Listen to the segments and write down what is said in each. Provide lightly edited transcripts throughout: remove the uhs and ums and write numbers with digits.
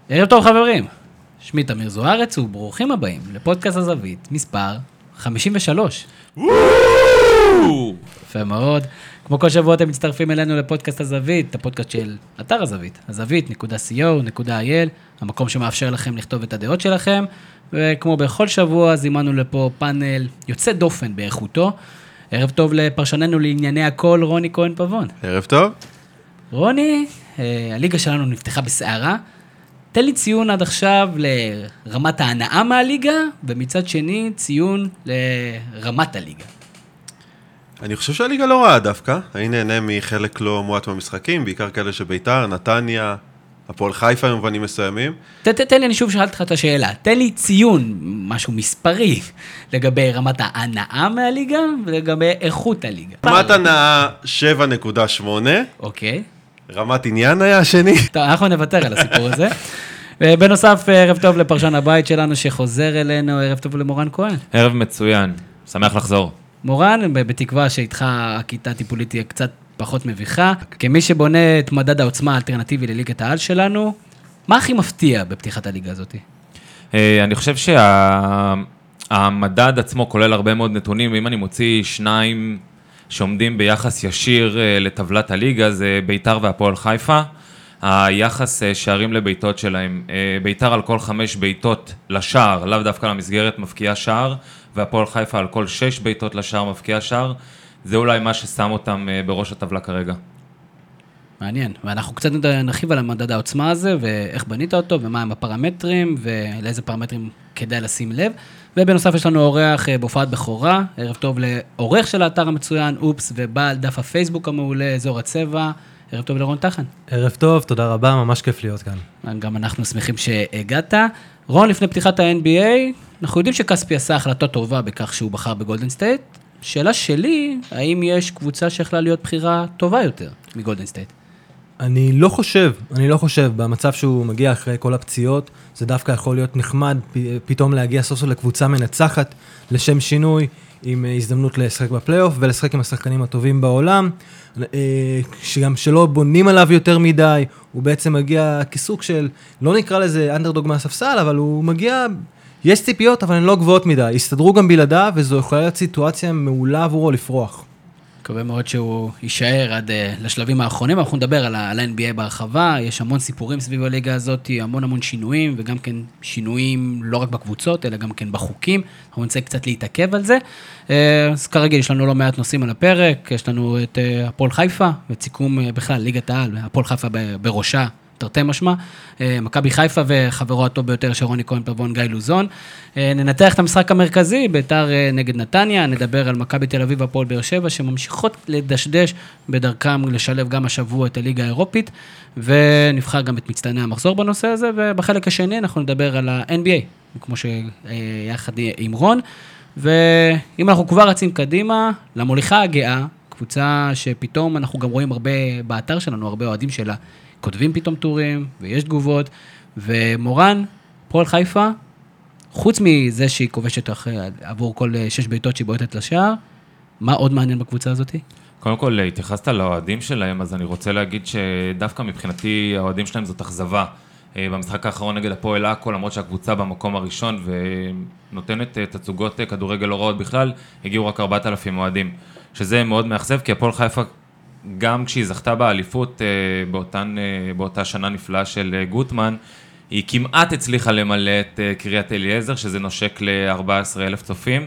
ערב טוב חברים, שמי תמיר זוארץ וברוכים הבאים לפודקאסט הזווית, מספר 53. יפה מאוד. כמו כל שבוע אתם מצטרפים אלינו לפודקאסט הזווית, הפודקאסט של אתר הזווית, הזווית.co.il, המקום שמאפשר לכם לכתוב את הדעות שלכם, וכמו בכל שבוע זימנו לפה פאנל יוצא דופן באיכותו. ערב טוב לפרשננו לענייני הכל, רוני כהן פבון. ערב טוב. רוני, הליגה שלנו נפתחה בסערה, תן לי ציון עד עכשיו לרמת ההנאה מהליגה, ומצד שני ציון לרמת הליגה. אני חושב שהליגה לא רעה דווקא, אני נהנה מחלק לא מועט מהמשחקים, בעיקר כאלה שביתר, נתניה, הפועל חיפה במובנים מסוימים. תן לי, אני שוב שאלת לך את השאלה, תן לי ציון, משהו מספרי, לגבי רמת ההנאה מהליגה, ולגבי איכות הליגה. רמת הנאה 7.8. אוקיי. רמת עניין היה השני. טוב, אנחנו נוותר על הסיפור הזה. ובנוסף, ערב טוב לפרשן הבית שלנו שחוזר אלינו, ערב טוב למורן כהן. ערב מצוין, שמח לחזור. מורן, בתקווה שאיתך הכיתה הטיפולית תהיה קצת פחות מביכה. כמי שבונה את מדד העוצמה האלטרנטיבי לליגת העל שלנו, מה הכי מפתיע בפתיחת הליגה הזאת? אני חושב שהמדד עצמו כולל הרבה מאוד נתונים, ואם אני מוציא שניים שעומדים ביחס ישיר לטבלת הליגה, זה ביתר והפועל חיפה. היחס שערים לביתות שלהם, ביתר על כל 5 ביתות לשער, לאו דווקא למסגרת מפקיע שער, והפועל חיפה על כל 6 ביתות לשער מפקיע שער, זה אולי מה ששם אותם בראש הטבלה כרגע. מעניין, ואנחנו קצת נרחיב על המדד העוצמה הזה, ואיך בנית אותו, ומה הם הפרמטרים, ולאיזה פרמטרים כדאי לשים לב. ובנוסף יש לנו אורח בהופעת בכורה, ערב טוב לאורח של האתר המצוין, אופס, ובעל דף הפייסבוק המעולה, אזור הצבע, ערב טוב לרון תחן. ערב טוב, תודה רבה, ממש כיף להיות כאן. גם אנחנו שמחים שהגעת. רון, לפני פתיחת ה-NBA, אנחנו יודעים שקספי עשה החלטה טובה בכך שהוא בחר בגולדן סטייט. שאלה שלי, האם יש קבוצה שיכולה להיות בחירה טובה יותר מגולדן סטייט? אני לא חושב, במצב שהוא מגיע אחרי כל הפציעות, זה דווקא יכול להיות נחמד, פתאום להגיע סוף סוף לקבוצה מנצחת, לשם שינוי, עם הזדמנות לשחק בפלייאוף, ולשחק עם השחקנים הטובים בעולם, שגם שלא בונים עליו יותר מדי, הוא בעצם מגיע כסוג של, לא נקרא לזה אנדרדוג מהספסל, אבל הוא מגיע, יש ציפיות, אבל הן לא גבוהות מדי, הסתדרו גם בלעדיו, וזו יכולה להיות סיטואציה מעולה עבורו לפרוח. מקווה מאוד שהוא יישאר עד לשלבים האחרונים, אנחנו נדבר על ה-NBA בהרחבה, יש המון סיפורים סביב הליגה הזאת, המון שינויים, וגם כן שינויים לא רק בקבוצות, אלא גם כן בחוקים, אנחנו נצא קצת להתעכב על זה. אז כרגע יש לנו לא מעט נושאים על הפרק, יש לנו את הפועל חיפה, וסיכום בכלל ליגת העל, הפועל חיפה בראשה, תרתי משמע, מכבי חיפה וחברו הטוב ביותר שרוני כהן פבון גיא לוזון. ננתח את המשחק המרכזי, ביתר נגד נתניה, נדבר על מכבי תל אביב והפועל באר שבע, שממשיכות לדשדש בדרכם לשלב גם השבוע את הליגה האירופית, ונבחר גם את מצטייני המחזור בנושא הזה, ובחלק השני אנחנו נדבר על ה-NBA, כמו שיחד עם רון, ואם אנחנו כבר רצים קדימה, למוליכה הגאה, קבוצה שפתאום אנחנו גם רואים הרבה באתר שלנו, הרבה אוהדים שלה, כותבים פתאום טורים, ויש תגובות, ומורן, פועל חיפה, חוץ מזה שהיא כובשת עבור כל 6 ביתות שהיא בועטת לשער, מה עוד מעניין בקבוצה הזאת? קודם כל, התייחסת לאוהדים שלהם, אז אני רוצה להגיד שדווקא מבחינתי, האוהדים שלהם זאת אכזבה. במשחק האחרון נגד הפועל עכו, למרות שהקבוצה במקום הראשון, ונותנת תצוגות כדורגל לא רעות בכלל, הגיעו רק 4,000 אוהדים, שזה מאוד מאכזב, כי הפועל חיפה גם כשהיא זכתה באליפות באותה שנה נפלאה של גוטמן, היא כמעט הצליחה למלא את קריית אליעזר, שזה נושק ל-14,000 צופים.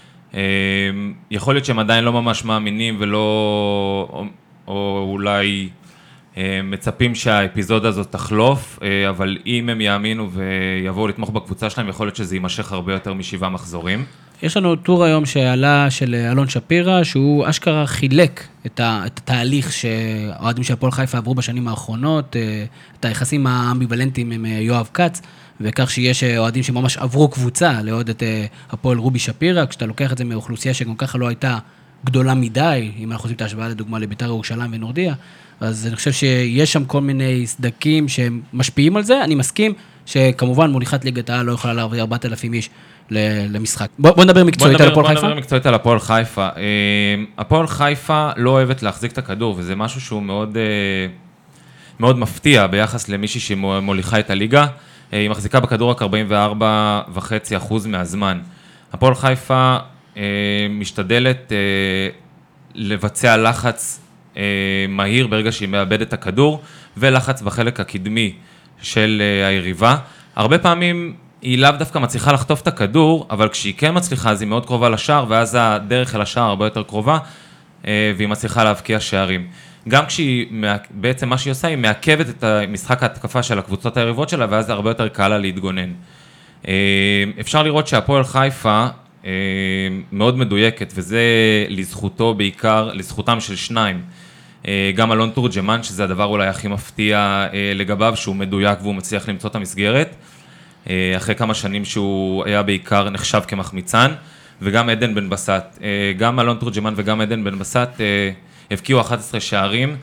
יכול להיות שהם עדיין לא ממש מאמינים ולא, או אולי מצפים שהאפיזודה הזאת תחלוף, אבל אם הם יאמינו ויבואו לתמוך בקבוצה שלהם, יכול להיות שזה יימשך הרבה יותר מ7 מחזורים. יש לנו טור היום שעלה של אלון שפירא, שהוא אשכרה חילק את התהליך שהאוהדים של הפועל חיפה עברו בשנים האחרונות, את היחסים האמביוולנטיים עם יואב קץ, וכך שיש אוהדים שממש עברו קבוצה לעוד את הפועל רובי שפירא, כשאתה לוקח את זה מאוכלוסייה שגם ככה לא הייתה גדולה מדי, אם אנחנו עושים את ההשוואה לדוגמה לביתר ירושלים ונורדיה, אז אני חושב שיש שם כל מיני סדקים שהם משפיעים על זה, אני מסכים שכמובן מוליכת ליגת העל לא יכולה להעביר 4,000 איש למשחק. בוא נדבר מקצועית על הפועל חיפה. בוא נדבר מקצועית על הפועל חיפה. הפועל חיפה לא אוהבת להחזיק את הכדור, וזה משהו שהוא מאוד מפתיע ביחס למישהי שמוליכה את הליגה. היא מחזיקה בכדור רק 44.5% מהזמן. הפועל חיפה משתדלת לבצע לחץ מהיר ברגע שהיא מאבדת את הכדור, ולחץ בחלק הקדמי של היריבה. הרבה פעמים היא לאו דווקא מצליחה לחטוף את הכדור, אבל כשהיא כן מצליחה, אז היא מאוד קרובה לשער, ואז הדרך אל השער הרבה יותר קרובה, והיא מצליחה להבקיע שערים. גם כשהיא, בעצם מה שהיא עושה, היא מעכבת את משחק ההתקפה של הקבוצות היריבות שלה, ואז זה הרבה יותר קל לה להתגונן. אפשר לראות שהפועל חיפה מאוד מדויקת, וזה לזכותו בעיקר, לזכותם של שניים. גם אלון תורג'מן, שזה הדבר אולי הכי מפתיע לגביו, שהוא מדויק והוא מצליח למצוא את המסגרת, אחרי כמה שנים שהוא היה בעיקר נחשב כמחמיצן, וגם עדן בן בסט. גם אלון תורג'מן וגם עדן בן בסט הבקיעו 11 שערים,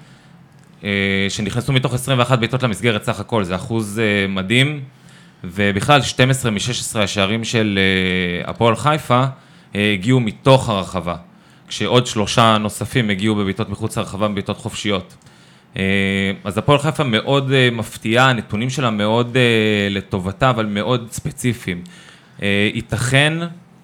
שנכנסו מתוך 21 בעיטות למסגרת סך הכל, זה אחוז מדהים, ובכלל 12 מ-16 השערים של הפועל חיפה הגיעו מתוך הרחבה, כשעוד 3 נוספים הגיעו בבעיטות מחוץ הרחבה, בבעיטות חופשיות. אז הפועל חיפה מאוד מפתיעה, הנתונים שלה מאוד לטובתה, אבל מאוד ספציפיים. ייתכן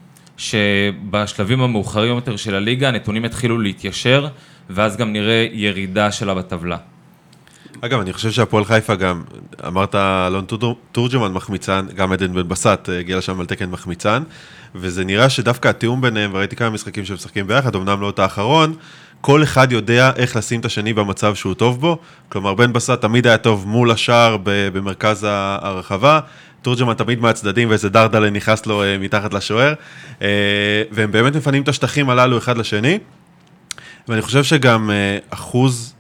שבשלבים המאוחרים יותר של הליגה, הנתונים התחילו להתיישר, ואז גם נראה ירידה שלה בטבלה. אגב, אני חושב שהפועל חיפה גם, אמרת אלון תורג'מן מחמיצן, גם עדן בן בסט הגיע לשם על תקן מחמיצן, וזה נראה שדווקא התיאום ביניהם, וראיתי כמה משחקים שמשחקים ביחד, אמנם לא את האחרון, כל אחד יודע איך לשים את השני במצב שהוא טוב בו, כלומר בן בסט תמיד היה טוב מול השער במרכז הרחבה, תורג'מן תמיד מהצדדים ואיזה דרדלה נכנס לו מתחת לשוער, והם באמת מפנים את השטחים הללו אחד לשני, ואני חושב שגם אחוז,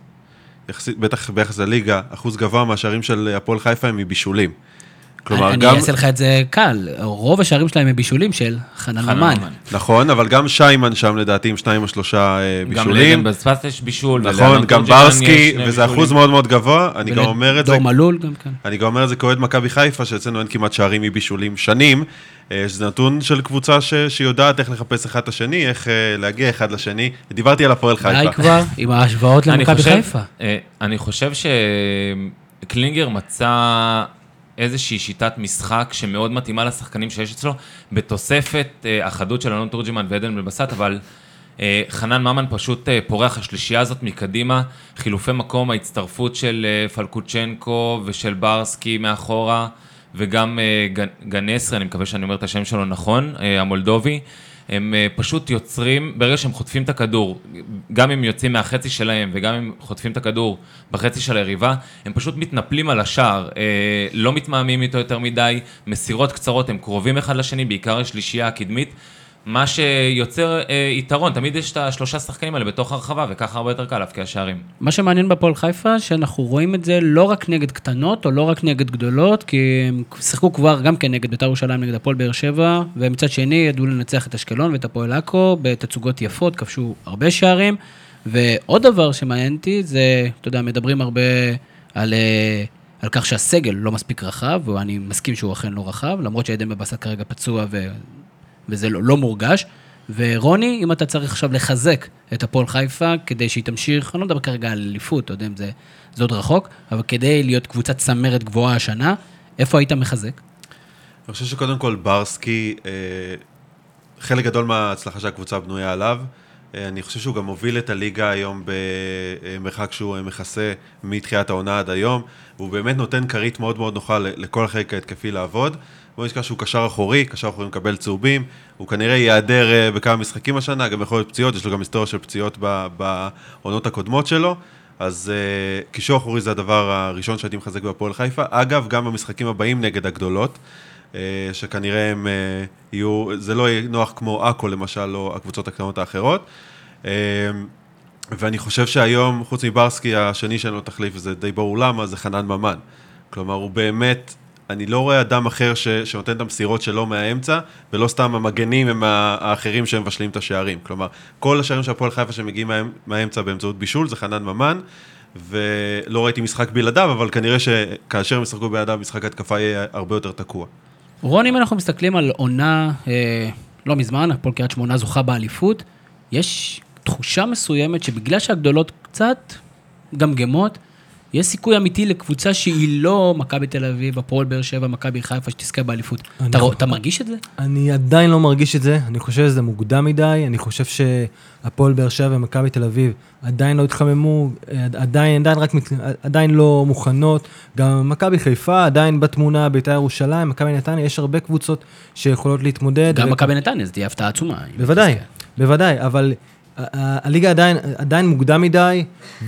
בטח ביחס לליגה, אחוז גבוה מהשערים של הפועל חיפה הם מבישולים. כלומר, אני אעשה לך את זה קל, רוב השערים שלהם הם בישולים של חנן ממן. נכון, אבל גם שיימן שם לדעתי עם 2 או 3 בישולים. גם לעדן בן בסט יש בישול. נכון, גם ברסקי, וזה אחוז מאוד מאוד גבוה. אני גם אומר את זה. דור מלול גם כן. אני גם אומר את זה כאוהד מכבי חיפה, שאצלנו אין כמעט שערים מבישולים שנים, שזה נתון של קבוצה שיודעת איך לחפש אחד את השני, איך להגיע אחד לשני. דיברתי על הפועל חיפה. די כבר עם ההשוואות למכבי חיפה. אני חושב שקלינגר מצא איזושהי שיטת משחק שמאוד מתאימה לשחקנים שיש אצלו, בתוספת החדות של אלון תורג'מן ועדן בן בסט, אבל חנן ממן פשוט פורח השלישייה הזאת מקדימה, חילופי מקום, ההצטרפות של פלקוצ'נקו ושל ברסקי מאחורה, וגם גנסרי, אני מקווה שאני אומר את השם שלו נכון, המולדובי, הם פשוט יוצרים, ברגע שהם חוטפים את הכדור, גם אם יוצאים מהחצי שלהם וגם אם חוטפים את הכדור בחצי של היריבה, הם פשוט מתנפלים על השער, לא מתמהמים איתו יותר מדי, מסירות קצרות, הם קרובים אחד לשני, בעיקר השלישייה הקדמית, מה שיוצר יתרון, תמיד יש את השלושה שחקנים האלה בתוך הרחבה, וככה הרבה יותר קל להבקיע שערים. מה שמעניין בפועל חיפה, שאנחנו רואים את זה לא רק נגד קטנות, או לא רק נגד גדולות, כי הם שיחקו כבר גם כן נגד בית"ר ירושלים, נגד הפועל באר שבע, ומצד שני ידעו לנצח את אשקלון ואת הפועל עכו, בתצוגות יפות, כבשו הרבה שערים, ועוד דבר שמעניין אותי, זה, אתה יודע, מדברים הרבה על כך שהסגל לא מספיק רחב, ואני מסכים שהוא אכן לא רחב, למרות שעדן בן בסט כרגע פצוע וזה לא מורגש, ורוני, אם אתה צריך עכשיו לחזק את הפועל חיפה, כדי שהיא תמשיך, אני לא מדבר כרגע על אליפות, אתה יודע אם זה עוד רחוק, אבל כדי להיות קבוצת צמרת גבוהה השנה, איפה היית מחזק? אני חושב שקודם כל ברסקי, חלק גדול מההצלחה שהקבוצה בנויה עליו, אני חושב שהוא גם מוביל את הליגה היום במרחק שהוא מכסה מתחילת העונה עד היום, והוא באמת נותן קרית מאוד מאוד נוחה לכל החלק ההתקפי לעבוד. בוא נזכר שהוא קשר אחורי מקבל צהובים, הוא כנראה ייעדר בכמה משחקים השנה, גם יכול להיות פציעות, יש לו גם היסטוריה של פציעות בעונות הקודמות שלו, אז קישור אחורי זה הדבר הראשון שהייתי מחזק בפועל חיפה, אגב, גם במשחקים הבאים נגד הגדולות, שכנראה הם יהיו, זה לא יהיה נוח כמו עכו למשל, או הקבוצות הקטנות האחרות, ואני חושב שהיום, חוץ מברסקי, השני שאין לו תחליף, וזה די ברור למה, זה חנן ממן, כלומר הוא באמת, אני לא רואה אדם אחר שנותן את המסירות שלו מהאמצע, ולא סתם המגנים הם האחרים שהם מבשלים את השערים. כלומר, כל השערים של הפועל חיפה שמגיעים מהאמצע באמצעות בישול, זה חנן ממן, ולא ראיתי משחק בלעדיו, אבל כנראה שכאשר הם ישחקו בלעדיו, משחק התקפה יהיה הרבה יותר תקוע. רוני, אם אנחנו מסתכלים על עונה, לא מזמן, הפועל קריית שמונה זוכה באליפות, יש תחושה מסוימת שבגלל שהגדולות קצת גמגמות, יש סיכוי אמיתי לקבוצה שהיא לא מכבי תל אביב, הפועל באר שבע, מכבי חיפה, שתזכה באליפות. אתה מרגיש את זה? אני עדיין לא מרגיש את זה, אני חושב שזה מוקדם מדי, אני חושב שהפועל באר שבע ומכבי תל אביב עדיין לא התחממו, עדיין לא מוכנות, גם מכבי חיפה עדיין בתמונה, בית"ר ירושלים, מכבי נתניה, יש הרבה קבוצות שיכולות להתמודד. גם מכבי נתניה, זה תהיה הפתעה עצומה. בוודאי, אבל הליגה עדיין מוקדם מדי,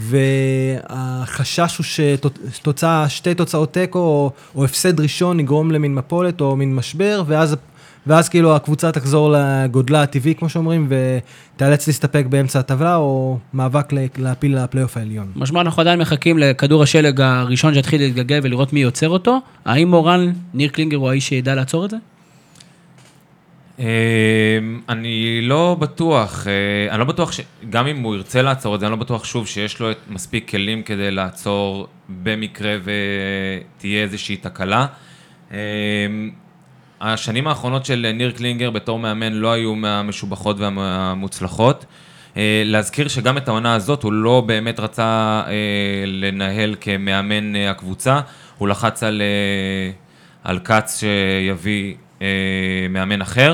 והחשש הוא שתי תוצאות תיקו, או הפסד ראשון יגרום למין מפולת, או מין משבר, ואז כאילו הקבוצה תחזור לגודלה הטבעי, כמו שאומרים, ותאלץ להסתפק באמצע הטבלה, או מאבק להפיל לפלייאוף העליון. משמע, אנחנו עדיין מחכים לכדור השלג הראשון שיתחיל להתגלגל ולראות מי יוצר אותו. האם מורן, ניר קלינגר הוא האיש שידע לעצור את זה? אני לא בטוח שגם אם הוא ירצה לעצור את זה, אני לא בטוח שוב שיש לו מספיק כלים כדי לעצור במקרה ותהיה איזושהי תקלה. השנים האחרונות של ניר קלינגר בתור מאמן לא היו מהמשובחות והמוצלחות. להזכיר שגם את העונה הזאת הוא לא באמת רצה לנהל כמאמן הקבוצה, הוא לחץ על קץ שיביא מאמן אחר.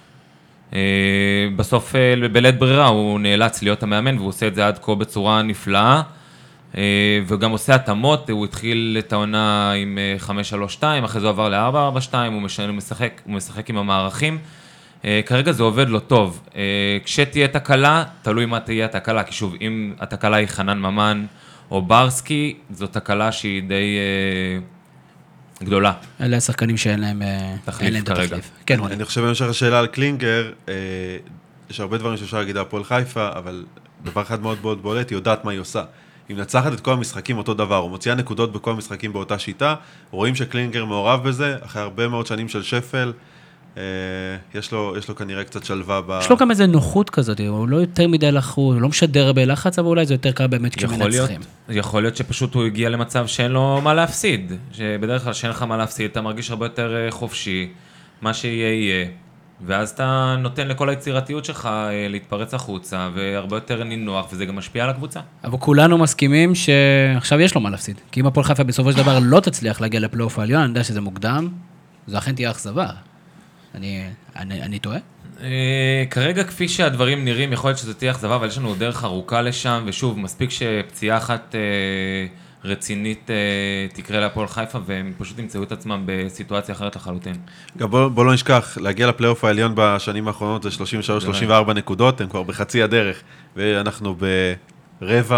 בסוף בלית ברירה הוא נאלץ להיות המאמן והוא עושה את זה עד כה בצורה נפלאה, וגם עושה התאמות. הוא התחיל את העונה עם 5-3-2, אחרי זה עבר ל-4-4-2, הוא משחק עם המערכים. כרגע זה עובד לא טוב. כשתהיה תקלה, תלוי מה תהיה התקלה, כי שוב, אם התקלה היא חנן ממן או ברסקי, זו תקלה שהיא די גדולה. אלה השחקנים שאין להם תחליף כרגע. כן, אני חושב במשך השאלה על קלינגר, יש הרבה דברים שאפשר להגיד על הפועל חיפה, אבל דבר אחד מאוד מאוד בולט, היא יודעת מה היא עושה. היא מנצחת את כל המשחקים אותו דבר, הוא מוציאה נקודות בכל המשחקים באותה שיטה, רואים שקלינגר מעורב בזה, אחרי הרבה מאוד שנים של שפל, יש לו כנראה קצת שלווה יש לו גם איזה נוחות כזאת, הוא לא יותר מדי לחוץ, הוא לא משדר בלחץ, אבל אולי זה יותר קל באמת כשמנצחים. יכול להיות שפשוט הוא הגיע למצב שאין לו מה להפסיד, שבדרך כלל שאין לך מה להפסיד, אתה מרגיש הרבה יותר חופשי, מה שיהיה, ואז אתה נותן לכל היצירתיות שלך להתפרץ החוצה, והרבה יותר נינוח, וזה גם משפיע על הקבוצה. אבל כולנו מסכימים שעכשיו יש לו מה להפסיד, כי אם הפועל חיפה בסופו של דבר לא תצליח להגיע לפלייאוף העליון, אני יודע שזה מוקדם, זו אכן תהיה אכזבה. אני טועה? כרגע כפי שהדברים נראים, יכול להיות שזה תהיה אכזבה, אבל יש לנו דרך ארוכה לשם, ושוב, מספיק שפציעה אחת רצינית תקרה להפועל חיפה, והם פשוט ימצאו את עצמם בסיטואציה אחרת לחלוטין. גם בוא לא נשכח, להגיע לפלייאוף העליון בשנים האחרונות זה 33-34 נקודות, הם כבר בחצי הדרך, ואנחנו ברבע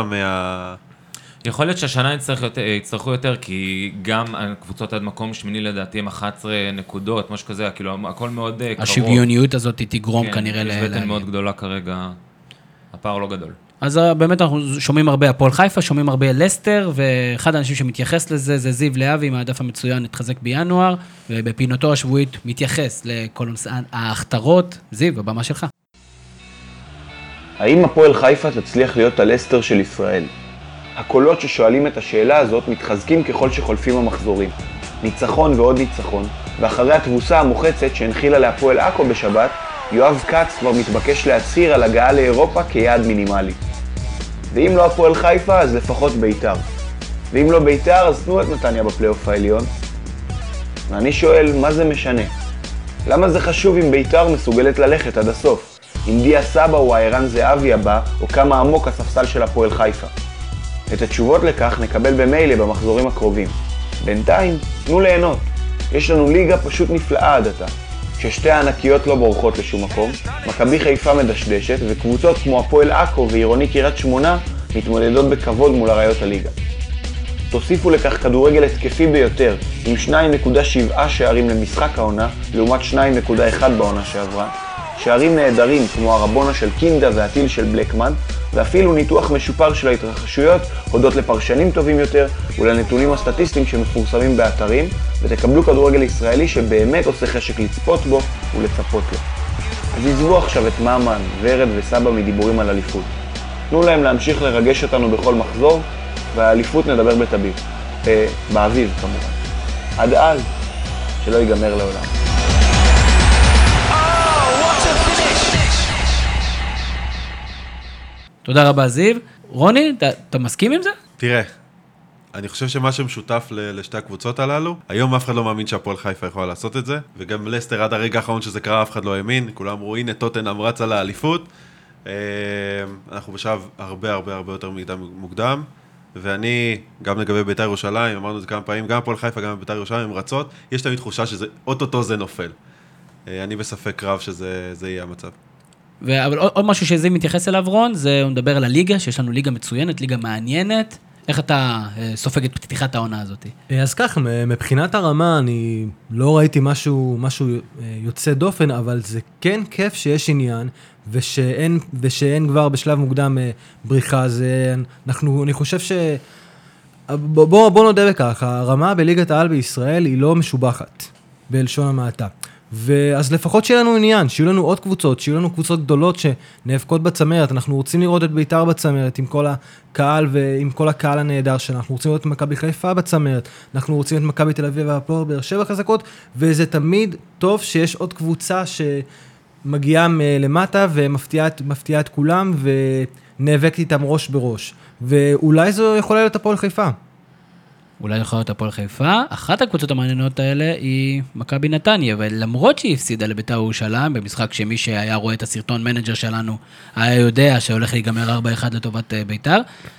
יכול להיות שהשנה יצטרכו יותר, כי גם הקבוצות עד מקום שמיני לדעתי הם 11 נקודות, משהו כזה, כאילו הכל מאוד קרוב. השוויוניות הזאת תגרום כנראה יש בטן מאוד גדולה כרגע, הפער לא גדול. אז באמת אנחנו שומעים הרבה הפועל חיפה, שומעים הרבה לסטר, ואחד האנשים שמתייחס לזה זה זיו להבי, מהדף המצוין, התחזק בינואר, ובפינותו השבועית מתייחס לכל ההכתרות. זיו, הבמה שלך. האם הפועל חיפה תצליח להיות הלסטר של ישראל? הקולות ששואלים את השאלה הזאת מתחזקים ככל שחולפים המחזורים. ניצחון ועוד ניצחון, ואחרי התבוסה המוחצת שהנחילה להפועל עכו בשבת, יואב קץ כבר מתבקש להצהיר על הגעה לאירופה כיעד מינימלי. ואם לא הפועל חיפה, אז לפחות ביתר. ואם לא ביתר, אז תנו את נתניה בפלייאוף העליון. ואני שואל, מה זה משנה? למה זה חשוב אם ביתר מסוגלת ללכת עד הסוף? אם דיה סבא הוא הערן זהבי הבא, או כמה עמוק הספסל של הפועל חיפה? את התשובות לכך נקבל במיילה במחזורים הקרובים. בינתיים, תנו ליהנות. יש לנו ליגה פשוט נפלאה עד עתה. כששתי הענקיות לא בורחות לשום מקום, מכבי חיפה מדשדשת, וקבוצות כמו הפועל עכו ועירוני קריית שמונה מתמודדות בכבוד מול אריות הליגה. תוסיפו לכך כדורגל התקפי ביותר, עם 2.7 שערים למשחק העונה, לעומת 2.1 בעונה שעברה, שערים נהדרים כמו הרבונה של קינדה והטיל של בלקמן, ואפילו ניתוח משופר של ההתרחשויות, הודות לפרשנים טובים יותר ולנתונים הסטטיסטיים שמפורסמים באתרים, ותקבלו כדורגל ישראלי שבאמת עושה חשק לצפות בו ולצפות לו. אז עזבו עכשיו את מאמן, ורד וסבא מדיבורים על אליפות. תנו להם להמשיך לרגש אותנו בכל מחזור, והאליפות נדבר באביב כמובן. עד אז, שלא ייגמר לעולם. תודה רבה זיו. רוני, אתה מסכים עם זה? תראה, אני חושב שמה שמשותף לשתי הקבוצות הללו, היום אף אחד לא מאמין שהפועל חיפה יכולה לעשות את זה, וגם לסטר עד הרגע האחרון שזה קרה, אף אחד לא האמין, כולם אמרו, הנה טוטנהאם רץ על האליפות, אנחנו בשלב הרבה יותר מוקדם, ואני, גם לגבי בית"ר ירושלים, אמרנו את זה כמה פעמים, גם הפועל חיפה, גם בית"ר ירושלים, הם רצות, יש תמיד תחושה שזה, אוטוטו זה נופל. אני בספק רב שזה יהיה המצב. אבל עוד משהו שזה מתייחס אליו, רון, זה הוא מדבר על הליגה, שיש לנו ליגה מצוינת, ליגה מעניינת. איך אתה סופג את פתיחת העונה הזאת? אז כך, מבחינת הרמה אני לא ראיתי משהו יוצא דופן, אבל זה כן כיף שיש עניין, ושאין כבר בשלב מוקדם בריחה. אני חושב בוא נודה בכך, הרמה בליגת העל בישראל היא לא משובחת, בלשון המעטה. ואז לפחות שיהיה לנו עניין, שיהיו לנו עוד קבוצות, שיהיו לנו קבוצות גדולות שנאבקות בצמרת. אנחנו רוצים לראות את בית"ר בצמרת עם כל הקהל ועם כל הקהל הנהדר שלנו. אנחנו רוצים לראות את מכבי חיפה בצמרת, אנחנו רוצים את מכבי תל אביב והפועל באר שבע חזקות, וזה תמיד טוב שיש עוד קבוצה שמגיעה למטה ומפתיעה את כולם ונאבקת איתם ראש בראש. ואולי זו יכולה להיות הפועל חיפה. אולי יכול להיות הפועל חיפה. אחת הקבוצות המעניינות האלה היא מכבי נתניה, ולמרות שהיא הפסידה לבית"ר ירושלים, במשחק שמי שהיה רואה את הסרטון מנג'ר שלנו, היה יודע שהולך להיגמר 4-1 לטובת בית"ר.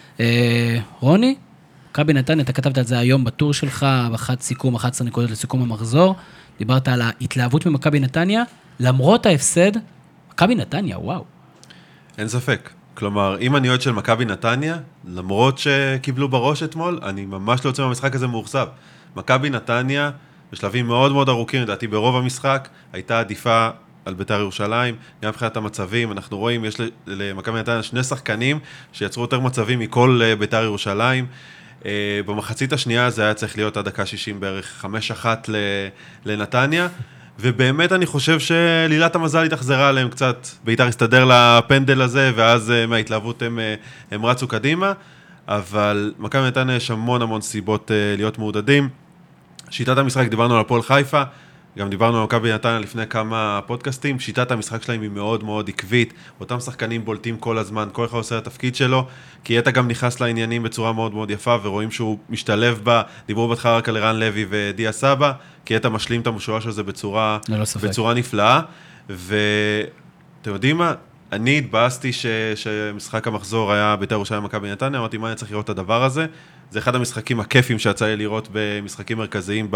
רוני, מכבי נתניה, אתה כתבת על זה היום בטור שלך, באחת סיכום, 11 נקודות לסיכום המחזור, דיברת על ההתלהבות ממכבי נתניה, למרות ההפסד, מכבי נתניה, וואו. אין ספק. כלומר, אם אני אוהד של מכבי נתניה, למרות שקיבלו בראש אתמול, אני ממש לא יוצא מהמשחק הזה מאוכזב. מכבי נתניה, בשלבים מאוד מאוד ארוכים, לדעתי ברוב המשחק, הייתה עדיפה על בית"ר ירושלים, גם מבחינת המצבים, אנחנו רואים, יש למכבי נתניה שני שחקנים שיצרו יותר מצבים מכל בית"ר ירושלים. במחצית השנייה זה היה צריך להיות עד דקה 60 בערך 5-1 לנתניה, ובאמת אני חושב שלילת המזל התאכזרה עליהם קצת, בית"ר הסתדר לפנדל הזה, ואז מההתלהבות הם רצו קדימה, אבל מכבי נתניה יש המון סיבות להיות מעודדים. שיטת המשחק, דיברנו על הפועל חיפה, גם דיברנו על מכבי נתניה לפני כמה פודקאסטים, שיטת המשחק שלהם היא מאוד מאוד עקבית, אותם שחקנים בולטים כל הזמן, כל אחד עושה את התפקיד שלו, כי אתה גם נכנס לעניינים בצורה מאוד מאוד יפה, ורואים שהוא משתלב בה, דיברו בתך רק על ערן לוי ודיה סבא, כי אתה משלים את המשולש הזה בצורה נפלאה, ואתם יודעים מה? אני התבאסתי שמשחק המחזור היה בית"ר ירושלים מכבי נתניה, אמרתי מה אני צריך לראות את הדבר הזה, זה אחד המשחקים הכיפים שיצא לי לראות במשחקים מרכזיים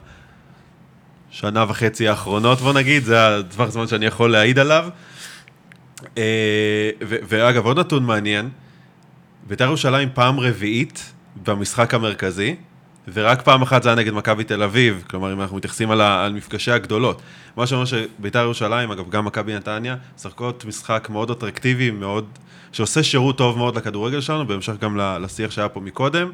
בשנה וחצי האחרונות, בוא נגיד, זה הדבר זמן שאני יכול להעיד עליו. ואגב, עוד נתון מעניין, בית"ר ירושלים פעם רביעית במשחק המרכזי, ורק פעם אחת זה היה נגד מכבי תל אביב, כלומר אם אנחנו מתייחסים על מפגשי הגדולות. מה שאומר שבית"ר ירושלים, אגב גם מכבי נתניה, משחקות משחק מאוד אטרקטיבי, מאוד, שעושה שירות טוב מאוד לכדורגל שלנו, בהמשך גם לשיח שהיה פה מקודם.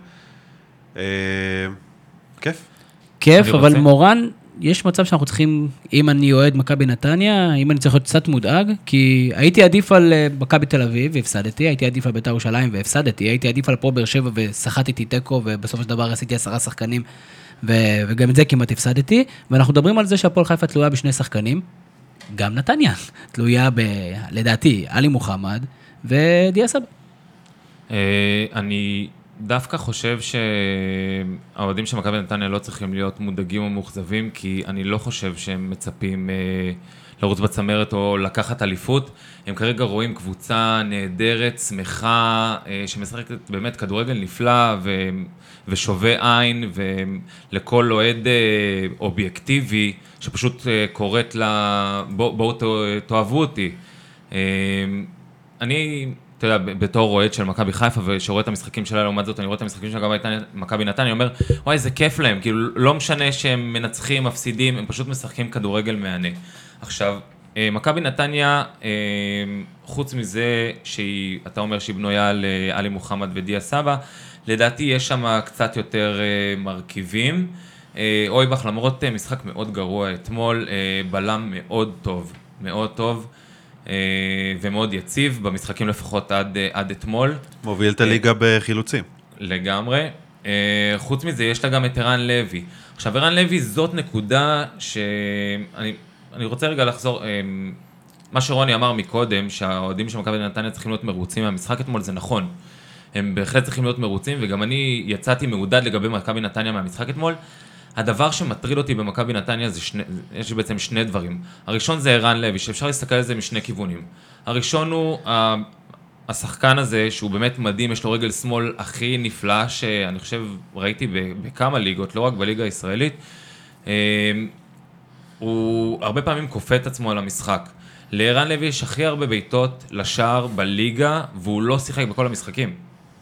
כיף, אבל מורן, יש מצב שאנחנו צריכים, אם אני אוהד מכבי נתניה, אם אני צריך להיות קצת מודאג, כי הייתי עדיף על מכבי תל אביב והפסדתי, הייתי עדיף על בית"ר ירושלים והפסדתי, הייתי עדיף על הפועל באר שבע ושחטתי תיקו, ובסופו של דבר עשיתי 10 שחקנים, וגם את זה כמעט הפסדתי, ואנחנו מדברים על זה שהפועל חיפה תלויה בשני שחקנים, גם נתניה תלויה לדעתי, עלי מוחמד ודיה סבא. אני דווקא חושב שהאוהדים של מכבי נתניה לא צריכים להיות מודאגים או מאוכזבים, כי אני לא חושב שהם מצפים לרוץ בצמרת או לקחת אליפות. הם כרגע רואים קבוצה נהדרת, שמחה, שמשחקת באמת כדורגל נפלא ושווה עין, ולכל אוהד אובייקטיבי שפשוט קוראת לה, בואו תאהבו אותי. אתה יודע, בתור אוהד של מכבי חיפה ושרואה את המשחקים שלה, לעומת זאת, אני רואה את המשחקים שלה גם מכבי נתניה, אני אומר, וואי, זה כיף להם, כאילו, לא משנה שהם מנצחים, מפסידים, הם פשוט משחקים כדורגל מהנה. עכשיו, מכבי נתניה, חוץ מזה אתה אומר שהיא בנויה על עלי מוחמד ודיה סבא, לדעתי יש שם קצת יותר מרכיבים. אויבך, למרות משחק מאוד גרוע אתמול, בלם מאוד טוב, ומאוד יציב, במשחקים לפחות עד אתמול. מוביל את הליגה בחילוצים. לגמרי. חוץ מזה, יש לה גם את ערן לוי. עכשיו, ערן לוי זאת נקודה שאני רוצה רגע לחזור, מה שרוני אמר מקודם, שהאוהדים של מכבי נתניה צריכים להיות מרוצים מהמשחק אתמול, זה נכון. הם בהחלט צריכים להיות מרוצים, וגם אני יצאתי מעודד לגבי מכבי נתניה מהמשחק אתמול. הדבר שמטריד אותי במכבי נתניה יש בעצם שני דברים. הראשון זה ערן לוי, שאפשר להסתכל על זה משני כיוונים. הראשון הוא השחקן הזה, שהוא באמת מדהים, יש לו רגל שמאל הכי נפלא, שאני חושב ראיתי בכמה ליגות, לא רק בליגה הישראלית. הוא הרבה פעמים כופה את עצמו על המשחק. לערן לוי יש הכי הרבה בעיטות לשער בליגה, והוא לא שיחק בכל המשחקים.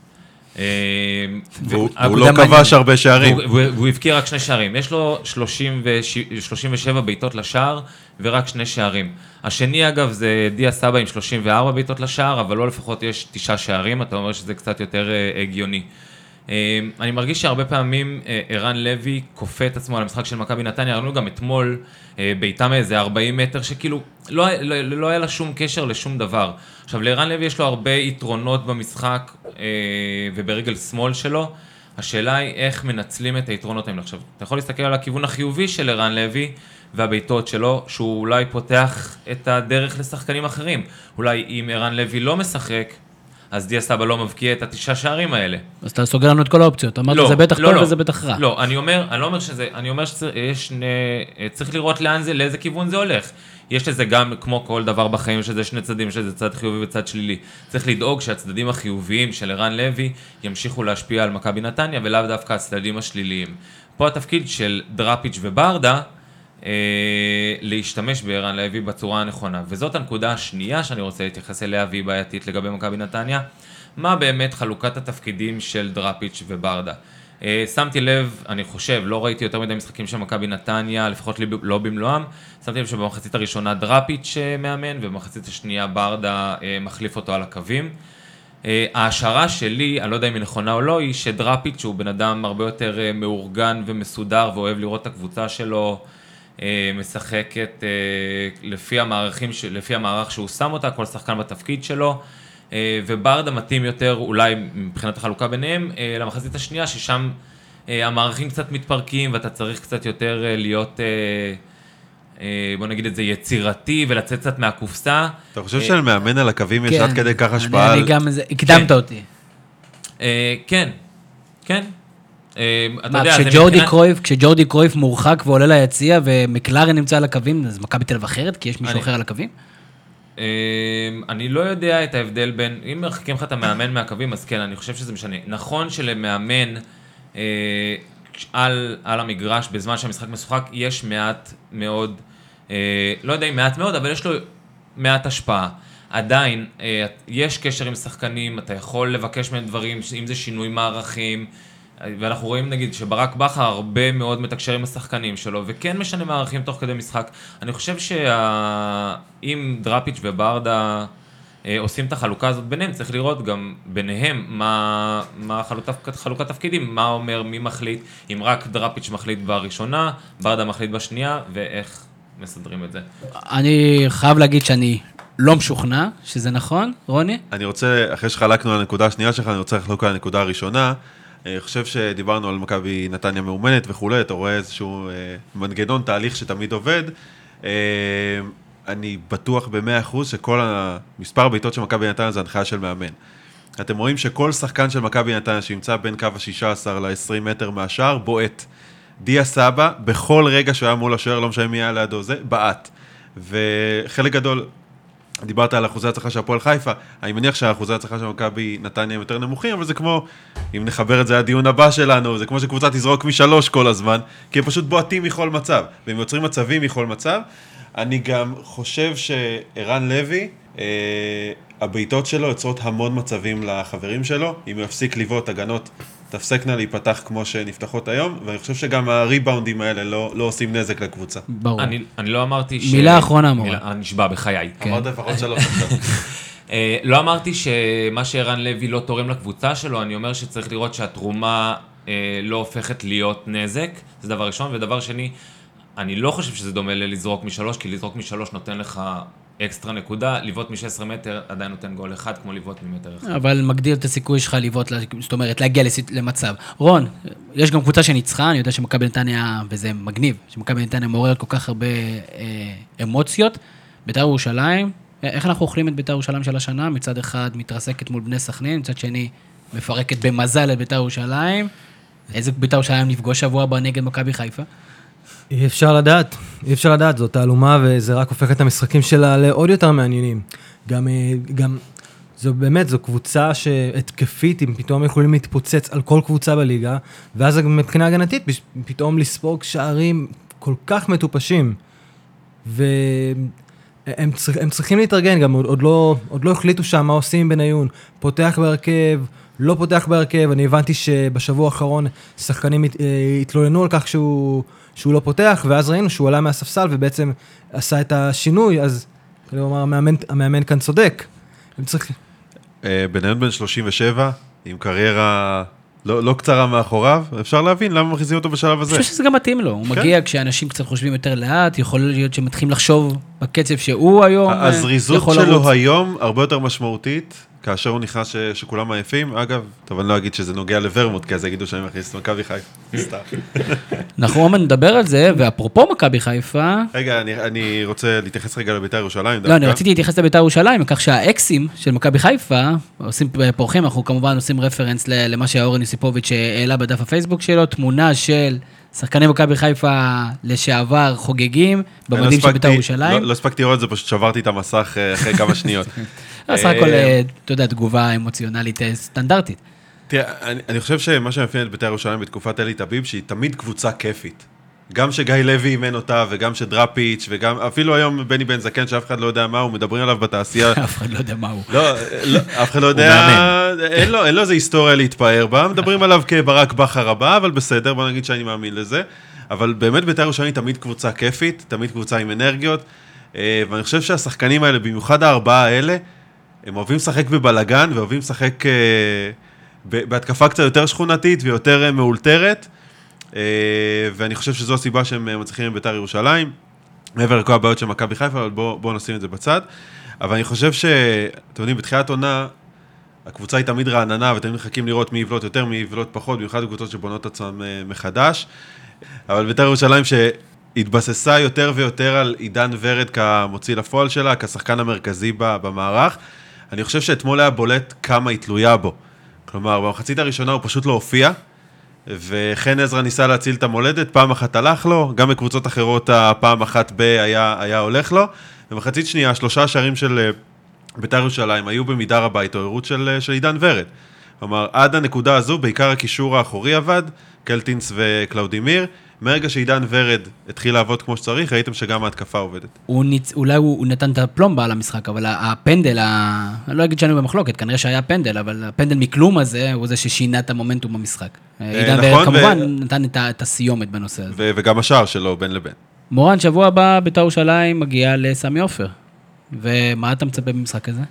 והוא לא כבש הרבה שערים. והוא הבקיע רק 2 שערים. יש לו 37 בעיטות לשער ורק 2 שערים. השני אגב זה דיה סבא עם 34 בעיטות לשער, אבל לא לפחות יש 9 שערים, אתה אומר שזה קצת יותר הגיוני. אני מרגיש שהרבה פעמים ערן לוי כופה את עצמו על המשחק של מכבי נתניה, ראינו גם אתמול בעיטה מאיזה 40 מטר, שכאילו לא היה לה שום קשר לשום דבר. עכשיו, לערן לוי יש לו הרבה יתרונות במשחק וברגל שמאל שלו, השאלה היא איך מנצלים את היתרונות האלה. עכשיו, אתה יכול להסתכל על הכיוון החיובי של ערן לוי והבעיטות שלו, שהוא אולי פותח את הדרך לשחקנים אחרים. אולי אם ערן לוי לא משחק, אז דיה סבא לא מבקיע את 9 שערים האלה. אז אתה סוגר לנו את כל האופציות. אמרת זה בטח טוב וזה בטח רע. לא, אני לא אומר שזה, אני אומר צריך לראות לאיזה כיוון זה הולך. יש לזה גם, כמו כל דבר בחיים, שזה שני צדדים, שזה צד חיובי וצד שלילי. צריך לדאוג שהצדדים החיוביים של ערן לוי ימשיכו להשפיע על מכבי נתניה, ולאו דווקא הצדדים השליליים. פה התפקיד של דראפיץ' וברדה, להשתמש בערן לוי בצורה הנכונה. וזאת הנקודה השנייה שאני רוצה להתייחס אליה, והיא בעייתית לגבי מכבי נתניה. מה באמת חלוקת התפקידים של דראפיץ' וברדה? שמתי לב, אני חושב, לא ראיתי יותר מדי משחקים של מכבי נתניה, לפחות לא במלואם, שמתי לב שבמחצית הראשונה דראפיץ' מאמן, ובמחצית השנייה ברדה מחליף אותו על הקווים. ההשערה שלי, אני לא יודע אם היא נכונה או לא, היא שדראפיץ' הוא בן אדם הרבה יותר מאורגן ומסודר, ואוהב לראות את הקבוצה שלו, משחקת לפי המערך שהוא שם אותה, כל שחקן בתפקיד שלו, וברדה מתאים יותר, אולי מבחינת החלוקה ביניהם, למחצית השנייה, ששם המערכים קצת מתפרקים, ואתה צריך קצת יותר להיות, בוא נגיד את זה, יצירתי, ולצאת קצת מהקופסה. אתה חושב שלמאמן על הקווים יש עד כדי כך השפעה? אני גם, הקדמת אותי. כן, כן. כשג'ורדי קרויף מורחק ועולה ליציע ומקלרן נמצא על הקווים, אז מכבי תל אביב אחרת? כי יש מישהו אחר על הקווים? אני לא יודע את ההבדל בין, אם מרחיקים לך את המאמן מהקווים, אז כן, אני חושב שזה משנה. נכון שלמאמן על המגרש בזמן שהמשחק משוחק, יש מעט מאוד, לא יודע אם מעט מאוד, אבל יש לו מעט השפעה. עדיין, יש קשר עם שחקנים, אתה יכול לבקש מהם דברים, אם זה שינוי מערכים, ואנחנו רואים נגיד שברק בכר הרבה מאוד מתקשר עם השחקנים שלו, וכן משנה מערכים תוך כדי משחק. אני חושב שאם דראפיץ' וברדה עושים את החלוקה הזאת ביניהם, צריך לראות גם ביניהם מה חלוקת תפקידים, מה אומר, מי מחליט, אם רק דראפיץ' מחליט בראשונה, ברדה מחליט בשנייה, ואיך מסדרים את זה. אני חייב להגיד שאני לא משוכנע שזה נכון, רוני? אני רוצה, אחרי שחלקנו על הנקודה השנייה שלך, אני רוצה לחלוק על הנקודה הראשונה. אני חושב שדיברנו על מכבי נתניה מאומנת וכולי, אתה רואה איזשהו מנגנון, תהליך שתמיד עובד. אני בטוח ב100% שכל המספר בעיטות של מכבי נתניה זה הנחיה של מאמן. אתם רואים שכל שחקן של מכבי נתניה שימצא בין קו ה-16 ל-20 מטר מהשאר, בועט. דיה סבא, בכל רגע שהוא היה מול השוער, לא משנה מי היה לידו זה, בעט. וחלק גדול, דיברת על אחוזי הצלחה של הפועל חיפה, אני מניח שהאחוזי הצלחה של מכבי נתניה הם יותר נמוכים, אבל זה כמו, אם נחבר את זה לדיון הבא שלנו, זה כמו שקבוצה תזרוק מ3 כל הזמן, כי הם פשוט בועטים מכל מצב, והם יוצרים מצבים מכל מצב. אני גם חושב שערן לוי, הבעיטות שלו יוצרות המון מצבים לחברים שלו, אם הוא יפסיק לבעוט, הגנות תפסקנה להיפתח כמו שנפתחות היום, ואני חושב שגם הריבאונדים האלה לא עושים נזק לקבוצה. ברור. אני לא אמרתי מילה אחרונה אמורה. אני נשבע בחיי. אמרת לפחות 3 עכשיו. לא אמרתי שמה שערן לוי לא תורם לקבוצה שלו, אני אומר שצריך לראות שהתרומה לא הופכת להיות נזק, זה דבר ראשון, ודבר שני, אני לא חושב שזה דומה ללזרוק מ3, כי לזרוק מ3 נותן לך אקסטרה נקודה, לבעוט מ16 מטר עדיין נותן גול אחד, כמו לבעוט ממטר אחד. אבל מגדיל את הסיכוי שלך לבעוט, זאת אומרת, להגיע למצב. רון, יש גם קבוצה שניצחה, אני יודע שמכבי נתניה, וזה מגניב, שמכבי נתניה מעוררת כל כך הרבה אמוציות. בית"ר ירושלים, איך אנחנו אוכלים את בית"ר ירושלים של השנה? מצד אחד מתרסקת מול בני סכנין, מצד שני מפרקת במזל את בית"ר ירושלים. איזה בית"ר ירושלים נפגוש שבוע הבא נגד מכבי חיפה? אי אפשר לדעת, זאת תעלומה וזה רק הופך את המשחקים שלה לעוד יותר מעניינים. גם זו קבוצה שהתקפית, אם פתאום יכולים להתפוצץ על כל קבוצה בליגה, ואז מבחינה הגנתית, פתאום לספוג שערים כל כך מטופשים, והם צריכים להתארגן, גם עוד לא החליטו שם מה עושים בניון, פותח בהרכב, לא פותח בהרכב, אני הבנתי שבשבוע האחרון שחקנים התלוננו על כך שהוא לא פותח, ואז ראינו שהוא עלה מהספסל ובעצם עשה את השינוי, אז כלומר, המאמן כאן צודק. הם צריכים... בניון בן 37, עם קריירה לא קצרה מאחוריו, אפשר להבין למה מכניסים אותו בשלב הזה. אני חושב שזה גם מתאים לו, הוא מגיע כשאנשים קצת חושבים יותר לאט, יכול להיות שמתחילים לחשוב בקצב שהוא היום הזריזות שלו היום הרבה יותר משמעותית, כאשר הוא נכנס שכולם עייפים. אגב, טוב, אני לא אגיד שזה נוגע לוורמוט, כי אז יגידו שאני מכניס את מכבי חיפה. אנחנו אומן נדבר על זה, ואפרופו מכבי חיפה... רגע, אני רוצה להתייחס רגע לבית"ר ירושלים. לא, אני רציתי להתייחס לבית"ר ירושלים, כך שהאקסים של מכבי חיפה, פורחים, אנחנו כמובן עושים רפרנס למה שאורן יוסיפוביץ' העלה בדף הפייסבוק שלו, תמונה של שחקני מכבי חיפה לשעבר חוגגים, במדים של בית"ר ירושלים. לא הספקתי לראות את זה, פשוט שברתי את המסך אחרי כמה שניות. סך הכל, אתה יודע, תגובה אמוציונלית סטנדרטית. תראה, אני חושב שמה שמאפיין את בית"ר ירושלים בתקופת אלי טביב, שהיא תמיד קבוצה כיפית. גם שגיא לוי אימן אותה, וגם שדראפיץ', וגם אפילו היום בני בן זקן, שאף אחד לא יודע מה הוא, מדברים עליו בתעשייה. אף אחד לא יודע מה הוא. לא, אף אחד לא יודע, אין לו איזה היסטוריה להתפאר בה, מדברים עליו כברק בכר הבא, אבל בסדר, בוא נגיד שאני מאמין לזה. אבל באמת בית"ר ירושלים תמיד קבוצה כיפית, תמיד קבוצה עם אנרגיות, ואני חושב שהשחקנים האלה, במיוחד הארבעה האלה, הם אוהבים לשחק בבלגן, ואוהבים לשחק בהתקפה קצת יותר שכונתית ויותר מאולתרת, ואני חושב שזו הסיבה שהם מצליחים עם בית"ר ירושלים, מעבר לכל הבעיות של מכבי חיפה, אבל בואו נשים את זה בצד. אבל אני חושב אתם יודעים, בתחילת עונה, הקבוצה היא תמיד רעננה, ותמיד מחכים לראות מי יבלוט יותר, מי יבלוט פחות, במיוחד הקבוצות שבונות עצמם מחדש. אבל בית"ר ירושלים שהתבססה יותר ויותר על עידן ורד כמוציא לפועל שלה, כשחקן המרכזי במערך, אני חושב שאתמול היה בולט כמה היא תלויה בו. כלומר, במחצית הראשונה הוא פשוט לא הופיע, וחן עזרא ניסה להציל את המולדת, פעם אחת הלך לו, גם בקבוצות אחרות הפעם אחת היה הולך לו, במחצית שנייה, 3 שערים של בית"ר ירושלים היו במידה רבה התעוררות של עידן ורד. כלומר, עד הנקודה הזו, בעיקר הקישור האחורי עבד, קלטינס וקלאודימיר, מרגע שעידן ורד התחיל לעבוד כמו שצריך, ראיתם שגם ההתקפה עובדת. אולי הוא נתן את הפלומבה על המשחק, אבל הפנדל, אני לא אגיד שאני במחלוקת, כנראה שהיה פנדל, אבל הפנדל מכלום הזה, הוא זה ששינה את המומנטום במשחק. עידן ורד כמובן נתן את הסיומת בנושא הזה. וגם השער שלו בין לבין. מורן, שבוע הבא בית"ר ירושלים מגיע לסמי עופר. ומה אתה מצפה במשחק הזה?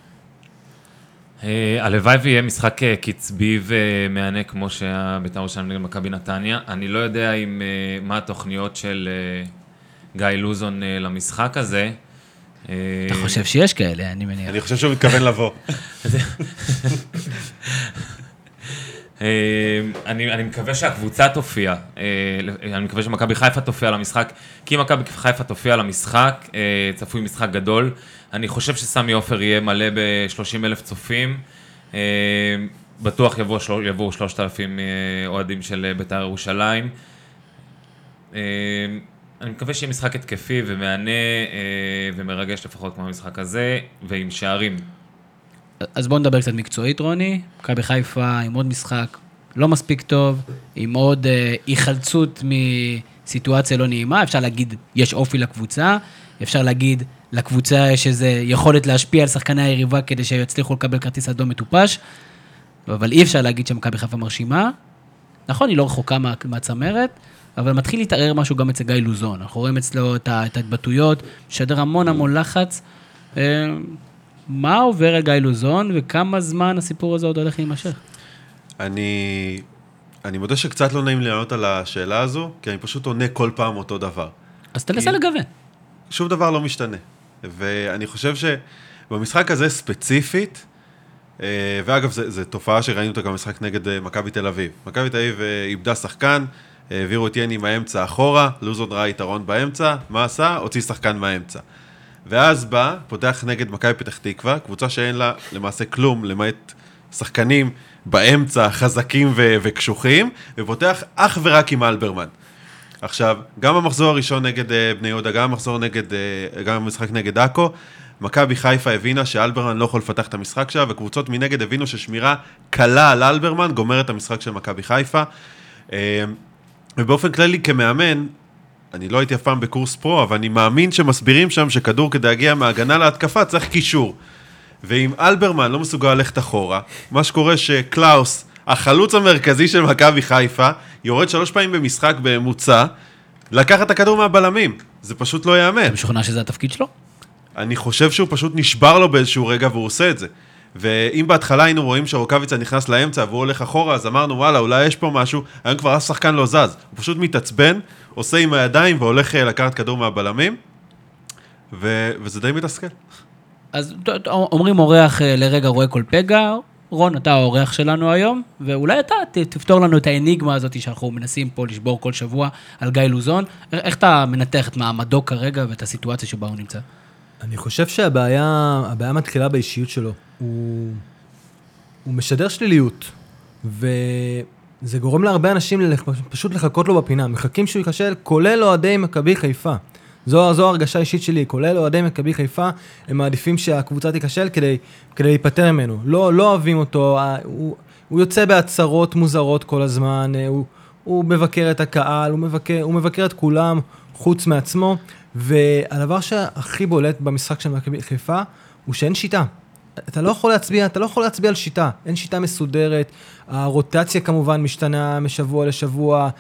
הלוואי ויהיה משחק קצבי ומענה כמו שהבית"ר ירושלים נגד מכבי נתניה. אני לא יודע מה התוכניות של גיא לוזון למשחק הזה. אתה חושב שיש כאלה, אני מניח. אני חושב שהוא מתכוון לבוא. אני מקווה שהקבוצה תופיע, אני מקווה שמכבי חיפה תופיע למשחק, כי אם מכבי חיפה תופיע למשחק, צפוי משחק גדול. אני חושב שסמי עופר יהיה מלא ב-30,000 צופים, בטוח יבואו 3,000 אוהדים של בית"ר ירושלים. אני מקווה שיהיה משחק התקפי ומענה ומרגש לפחות כמו המשחק הזה, ועם שערים. אז בואו נדבר קצת מקצועית, רוני. מכבי חיפה עם עוד משחק לא מספיק טוב, עם עוד היחלצות מסיטואציה לא נעימה. אפשר להגיד, יש אופי לקבוצה, אפשר להגיד, לקבוצה יש איזו יכולת להשפיע על שחקני היריבה כדי שיצליחו לקבל כרטיס אדום מטופש, אבל אי אפשר להגיד שמכבי חיפה מרשימה. נכון, היא לא רחוקה מהצמרת, אבל מתחיל להתערער משהו גם אצל גיא לוזון. אנחנו רואים אצלו את ההתבטאויות, שדר המון לחץ. מה עובר על גיא לוזון, וכמה זמן הסיפור הזה עוד הולך להימשך? אני מודה שקצת לא נעים לענות על השאלה הזו, כי אני פשוט עונה כל פעם אותו דבר. אז תנסה לגוון. שום דבר לא משתנה. ואני חושב שבמשחק הזה ספציפית, ואגב, זו תופעה שראינו אותה גם במשחק נגד מכבי תל אביב. מכבי תל אביב איבדה שחקן, העבירו את יני מהאמצע אחורה, לוזון ראה יתרון באמצע, מה עשה? הוציא שחקן מהאמצע. ואז בא, פותח נגד מכבי פתח תקווה, קבוצה שאין לה למעשה כלום, למעט שחקנים באמצע, חזקים וקשוחים, ופותח אך ורק עם אלברמן. עכשיו, גם המחזור הראשון נגד בני יהודה, גם המשחק נגד עכו, מכבי חיפה הבינה שאלברמן לא יכול לפתח את המשחק שלה, וקבוצות מנגד הבינו ששמירה קלה על אלברמן גומרת את המשחק של מכבי חיפה. ובאופן כללי כמאמן, אני לא הייתי אף פעם בקורס פרו, אבל אני מאמין שמסבירים שם שכדור כדי להגיע מהגנה להתקפה צריך קישור. ואם אלברמן לא מסוגל ללכת אחורה, מה שקורה שקלאוס, החלוץ המרכזי של מכבי חיפה, יורד 3 פעמים במשחק בממוצע, לקחת את הכדור מהבלמים. זה פשוט לא ייאמן. אתה משוכנע שזה התפקיד שלו? אני חושב שהוא פשוט נשבר לו באיזשהו רגע והוא עושה את זה. ואם בהתחלה היינו רואים שרוקביצה נכנס לאמצע והוא הולך אחורה, אז אמרנו, וואלה, אולי יש פה משהו, היום כבר אף שחקן לא זז. הוא פשוט מתעצבן, עושה עם הידיים והולך לקחת כדור מהבלמים, וזה די מתסכל. אז אומרים אורח לרגע רואה כל פגע, רון, אתה האורח שלנו היום, ואולי אתה תפתור לנו את האניגמה הזאת שאנחנו מנסים פה לשבור כל שבוע על גיא לוזון. איך אתה מנתח את מעמדו כרגע ואת הסיטואציה שבה הוא נמצא? אני חושב שהבעיה מתחילה באישיות שלו. הוא משדר שליליות, וזה גורם להרבה אנשים פשוט לחכות לו בפינה. מחכים שהוא ייכשל, כולל אוהדי מכבי חיפה. זו הרגשה אישית שלי, כולל אוהדי מכבי חיפה, הם מעדיפים שהקבוצה תיכשל כדי להיפטר ממנו. לא אוהבים אותו, הוא יוצא בהצהרות מוזרות כל הזמן, הוא מבקר את הקהל, הוא מבקר את כולם חוץ מעצמו, והדבר שהכי בולט במשחק של מכבי חיפה, הוא שאין שיטה. אתה לא יכול להצביע על שיטה, אין שיטה מסודרת, הרוטציה כמובן משתנה משבוע לשבוע,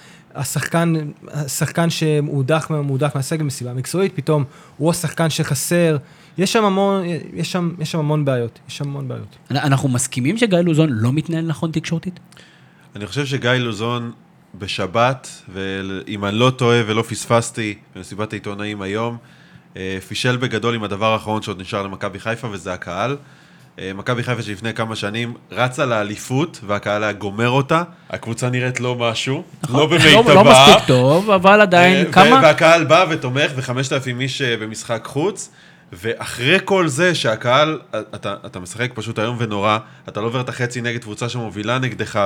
השחקן שמודח מהסגל מסיבה מקצועית, פתאום הוא השחקן שחסר, יש שם המון בעיות, אנחנו מסכימים שגיא לוזון לא מתנהל נכון תקשורתית? אני חושב שגיא לוזון בשבת, ואם אני לא טועה ולא פספסתי במסיבת העיתונאים היום, פישל בגדול עם הדבר האחרון שעוד נשאר למכבי חיפה, וזה הקהל. מכבי חיפה שלפני כמה שנים רצה לאליפות, והקהל היה גומר אותה. הקבוצה נראית לא משהו, לא במיטבה. לא מספיק טוב, אבל עדיין כמה... והקהל בא ותומך ב5,000 איש במשחק חוץ, ואחרי כל זה שהקהל, אתה משחק פשוט היום ונורא, אתה לא עובר את החצי נגד קבוצה שמובילה נגדך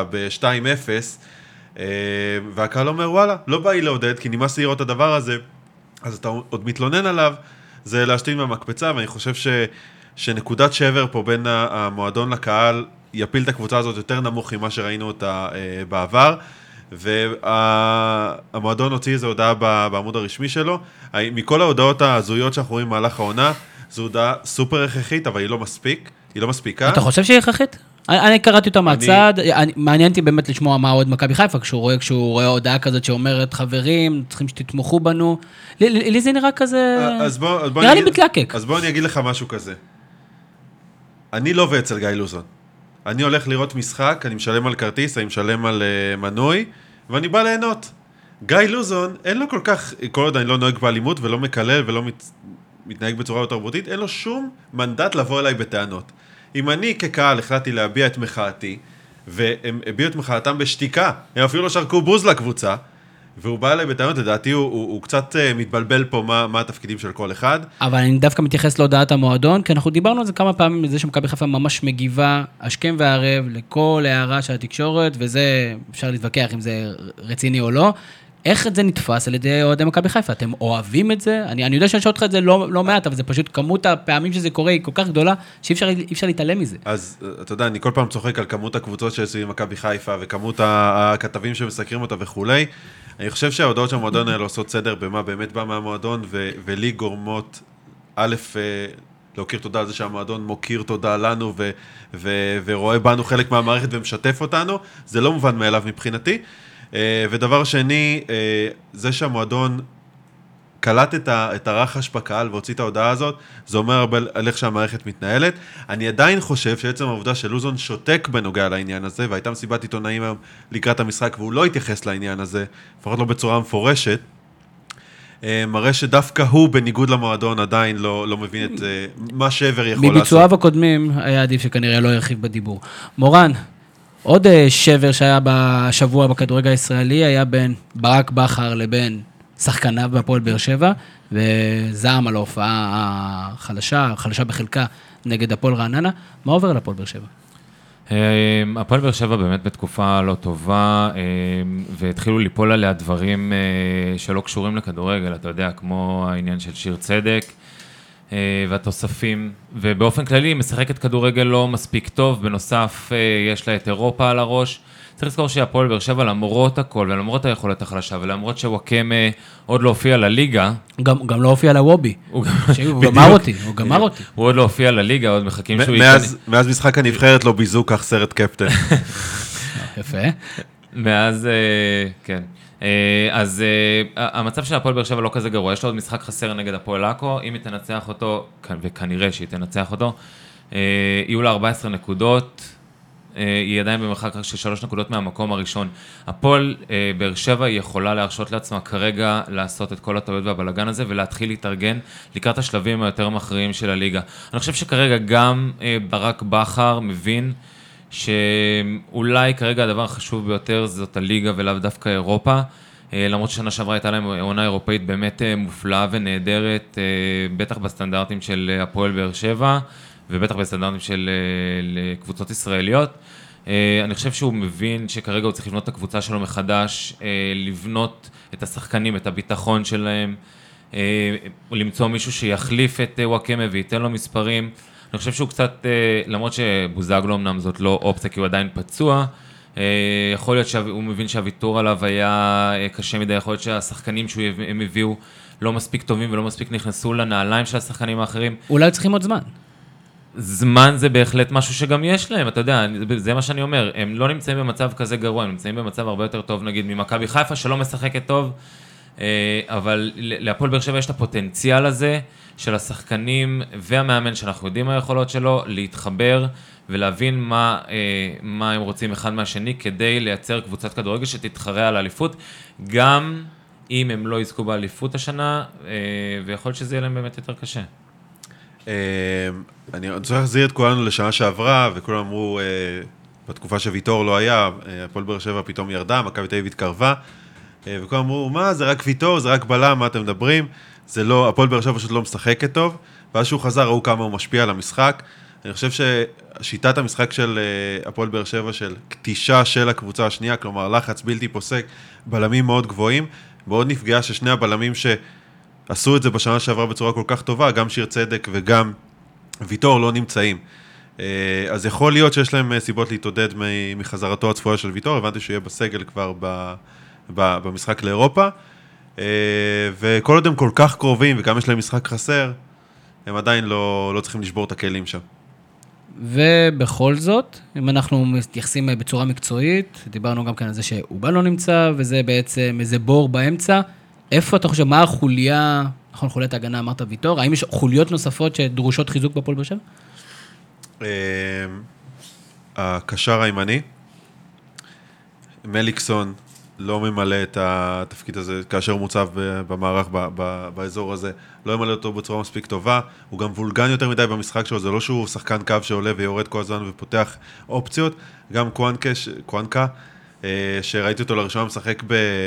ב-2-0, והקהל אומר, וואלה, לא בא לי לעודד, כי נמאס לראות את הדבר הזה, אז אתה עוד מתלונן עליו, זה להשתין מהמקפצה, ואני חושב שנקודת שבר פה בין המועדון לקהל יפיל את הקבוצה הזאת יותר נמוך ממה שראינו אותה בעבר, והמועדון הוציא איזו הודעה בעמוד הרשמי שלו. מכל ההודעות הזויות שאנחנו רואים במהלך העונה, זו הודעה סופר הכרחית, אבל היא לא מספיקה. אתה חושב שהיא הכרחית? אני קראתי אותה מהצד, מעניין אותי באמת לשמוע מה עוד מכבי חיפה, כשהוא רואה הודעה כזאת שאומרת, חברים, צריכים שתתמכו בנו, לי זה נראה כזה, נראה לי מתלקק. אז בוא אני אגיד לך משהו כזה. אני לא ואצל גיא לוזון. אני הולך לראות משחק, אני משלם על כרטיס, אני משלם על מנוי, ואני בא ליהנות. גיא לוזון, אין לו כל כך, כל עוד אני לא נוהג באלימות ולא מקלל ולא מתנהג בצורה יותר תרבותית, אין לו שום מנדט לבוא אליי בטענות. אם אני כקהל החלטתי להביע את מחאתי, והם הביעו את מחאתם בשתיקה, הם אפילו לא שרקו בוז לקבוצה, והוא בא אליי בטענות, לדעתי הוא קצת מתבלבל פה מה התפקידים של כל אחד. אבל אני דווקא מתייחס להודעת המועדון, כי אנחנו דיברנו על זה כמה פעמים, בזה שמכבי חיפה ממש מגיבה, השכם והערב, לכל הערה של התקשורת, וזה אפשר להתווכח אם זה רציני או לא. איך את זה נתפס על ידי אוהדי מכבי חיפה? אתם אוהבים את זה? אני יודע שאני שואל אותך את זה לא מעט, אבל זה פשוט כמות הפעמים שזה קורה היא כל כך גדולה, שאי אפשר להתעלם מזה. אז אתה יודע, אני כל פעם צוחק על כמות הקבוצות שיש מכבי חיפה, וכמות הכתבים שמסקרים אותה וכולי. אני חושב שההודעות של המועדון האלה עושות סדר במה באמת בא מהמועדון, ולי גורמות, א', להוקיר תודה על זה שהמועדון מוקיר תודה לנו, ורואה בנו חלק מהמערכת ומשתף אותנו. זה לא מובן מאליו מבחינתי. ודבר שני, זה שהמועדון קלט את הרחש בקהל והוציא את ההודעה הזאת, זה אומר הרבה על איך שהמערכת מתנהלת. אני עדיין חושב שעצם העובדה שלוזון שותק בנוגע לעניין הזה, והייתה מסיבת עיתונאים היום לקראת המשחק, והוא לא התייחס לעניין הזה, לפחות לא בצורה מפורשת, מראה שדווקא הוא בניגוד למועדון עדיין לא מבין את מה שבר יכול לעשות. מביצועיו הקודמים היה עדיף שכנראה לא ירחיב בדיבור. מורן, עוד שבר שהיה בשבוע בכדורגל הישראלי, היה בין ברק בכר לבין שחקניו בהפועל באר שבע, וזעם על ההופעה החלשה בחלקה נגד הפועל רעננה. מה עובר על הפועל באר שבע? הפועל באר שבע באמת בתקופה לא טובה, והתחילו ליפול עליה דברים שלא קשורים לכדורגל, אתה יודע, כמו העניין של שיר צדק, והתוספים, ובאופן כללי היא משחקת כדורגל לא מספיק טוב, בנוסף יש לה את אירופה על הראש. צריך לזכור שהפועל באר שבע למרות הכל ולמרות היכולת החלשה ולמרות שוואקמה עוד לא הופיע לליגה. גם לא הופיע לוובי. הוא גמר אותי. הוא עוד לא הופיע לליגה, עוד מחכים שהוא מאז משחק הנבחרת לא ביזו כך סרט קפטן. יפה. מאז, כן. אז המצב של הפועל באר שבע לא כזה גרוע, יש לה עוד משחק חסר נגד הפועל עכו, אם היא תנצח אותו, וכנראה שהיא תנצח אותו, יהיו לה 14 נקודות, היא עדיין במרחק רק של 3 נקודות מהמקום הראשון. הפועל באר שבע היא יכולה להרשות לעצמה כרגע לעשות את כל הטעויות והבלגן הזה, ולהתחיל להתארגן לקראת השלבים היותר מכריעים של הליגה. אני חושב שכרגע גם ברק בכר מבין, שאולי כרגע הדבר החשוב ביותר זאת הליגה ולאו דווקא אירופה, למרות ששנה שעברה הייתה להם עונה אירופאית באמת מופלאה ונהדרת, בטח בסטנדרטים של הפועל באר שבע, ובטח בסטנדרטים של קבוצות ישראליות. אני חושב שהוא מבין שכרגע הוא צריך לבנות את הקבוצה שלו מחדש, לבנות את השחקנים, את הביטחון שלהם, למצוא מישהו שיחליף את וואקמה וייתן לו מספרים. אני חושב שהוא קצת, למרות שבוזגלו אמנם זאת לא אופציה, כי הוא עדיין פצוע, יכול להיות שהוא מבין שהוויתור עליו היה קשה מדי, יכול להיות שהשחקנים שהם הביאו לא מספיק טובים ולא מספיק נכנסו לנעליים של השחקנים האחרים. אולי צריכים עוד זמן. זמן זה בהחלט משהו שגם יש להם, אתה יודע, זה מה שאני אומר, הם לא נמצאים במצב כזה גרוע, הם נמצאים במצב הרבה יותר טוב, נגיד, ממכבי חיפה שלא משחקת טוב, אבל להפועל באר שבע יש את הפוטנציאל הזה של השחקנים והמאמן שאנחנו יודעים מה היכולות שלו, להתחבר ולהבין מה הם רוצים אחד מהשני כדי לייצר קבוצת כדורגל שתתחרה על האליפות, גם אם הם לא יזכו באליפות השנה, ויכול להיות שזה יהיה להם באמת יותר קשה. אני צריך להחזיר את כולנו לשנה שעברה, וכולם אמרו, בתקופה שוויתור לא היה, הפועל באר שבע פתאום ירדה, מכבי תל אביב התקרבה, וכולם אמרו, מה, זה רק ויתור, זה רק בלם, מה אתם מדברים? זה לא, הפועל באר שבע פשוט לא משחקת טוב, ואז שהוא חזר, ראו כמה הוא משפיע על המשחק. אני חושב ששיטת המשחק של הפועל באר שבע, של כתישה של הקבוצה השנייה, כלומר, לחץ בלתי פוסק, בלמים מאוד גבוהים, מאוד נפגעה ששני הבלמים עשו את זה בשנה שעברה בצורה כל כך טובה, גם שיר צדק וגם ויתור לא נמצאים. אז יכול להיות שיש להם סיבות להתעודד מחזרתו הצפויה של ויתור, הבנתי שהוא יהיה בסגל כבר במשחק לאירופה, וכל עוד הם כל כך קרובים וגם יש להם משחק חסר, הם עדיין לא צריכים לשבור את הכלים שם. ובכל זאת, אם אנחנו מתייחסים בצורה מקצועית, דיברנו גם כאן על זה שאובן לא נמצא, וזה בעצם איזה בור באמצע, איפה אתה חושב, מה החוליה, נכון, חוליית ההגנה אמרת ויתור, האם יש חוליות נוספות שדרושות חיזוק בפועל באר שבע? הקשר הימני, מליקסון לא ממלא את התפקיד הזה, כאשר מוצב במערך באזור הזה, לא ממלא אותו בצורה מספיק טובה, הוא גם וולגן יותר מדי במשחק שלו, זה לא שהוא שחקן קו שעולה ויורד כל הזמן ופותח אופציות, גם קואנקה, שראיתי אותו לראשונה משחק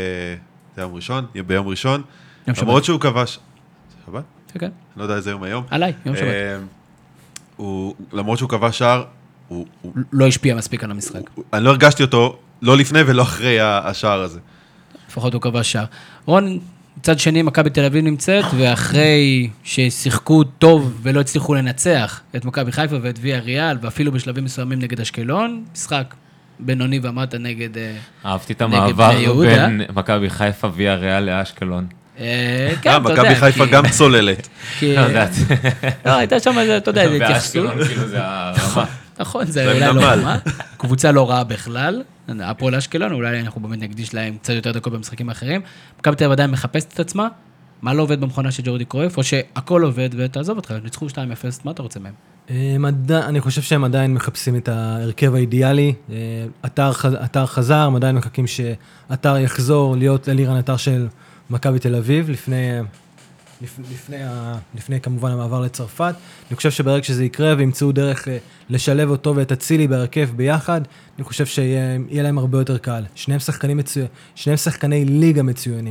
ביום ראשון, למרות שהוא כבש, שבת? כן. לא יודע איזה יום היום. עליי, יום שבת. למרות שהוא כבש שער, הוא לא השפיע מספיק על המשחק. אני לא הרגשתי אותו, לא לפני ולא אחרי השער הזה. לפחות הוא כבש שער. רון, מצד שני, מכבי תל אביב נמצאת, ואחרי ששיחקו טוב ולא הצליחו לנצח את מכבי חיפה ואת ויה ריאל, ואפילו בשלבים מסוימים נגד אשקלון, משחק בינוני ומטה נגד אהבתי את המעבר בין מכבי חיפה ויה ריאל לאשקלון. כן, אתה יודע. מכבי חיפה גם צוללת. לא יודעת. לא, הייתה שם, אתה יודע, זה התייחסות. באשקלון, כאילו זה הרמה. נכון, זה אולי לא רמה. קבוצה לא רעה בכלל. הפועל אשקלון, אולי אנחנו באמת נקדיש להם קצת יותר דקות במשחקים האחרים. מכבי תל אביב עדיין מחפשת את עצמה. מה לא עובד במכונה של ג'ורדי קרויף, או שהכל עובד ותעזוב אותך, ניצחו 2-0, מה אתה רוצה מהם? אני חושב שהם עדיין מחפשים את ההרכב האידיאלי. אתר חזר, הם עדיין מחכים שאתר יחזור להיות אלירן אתר של מכבי תל אביב, לפני כמובן המעבר לצרפת. אני חושב שברגע שזה יקרה וימצאו דרך לשלב אותו ואת הצילי בהרכב ביחד, אני חושב שיהיה להם הרבה יותר קל. שניהם שחקני ליגה מצוינים.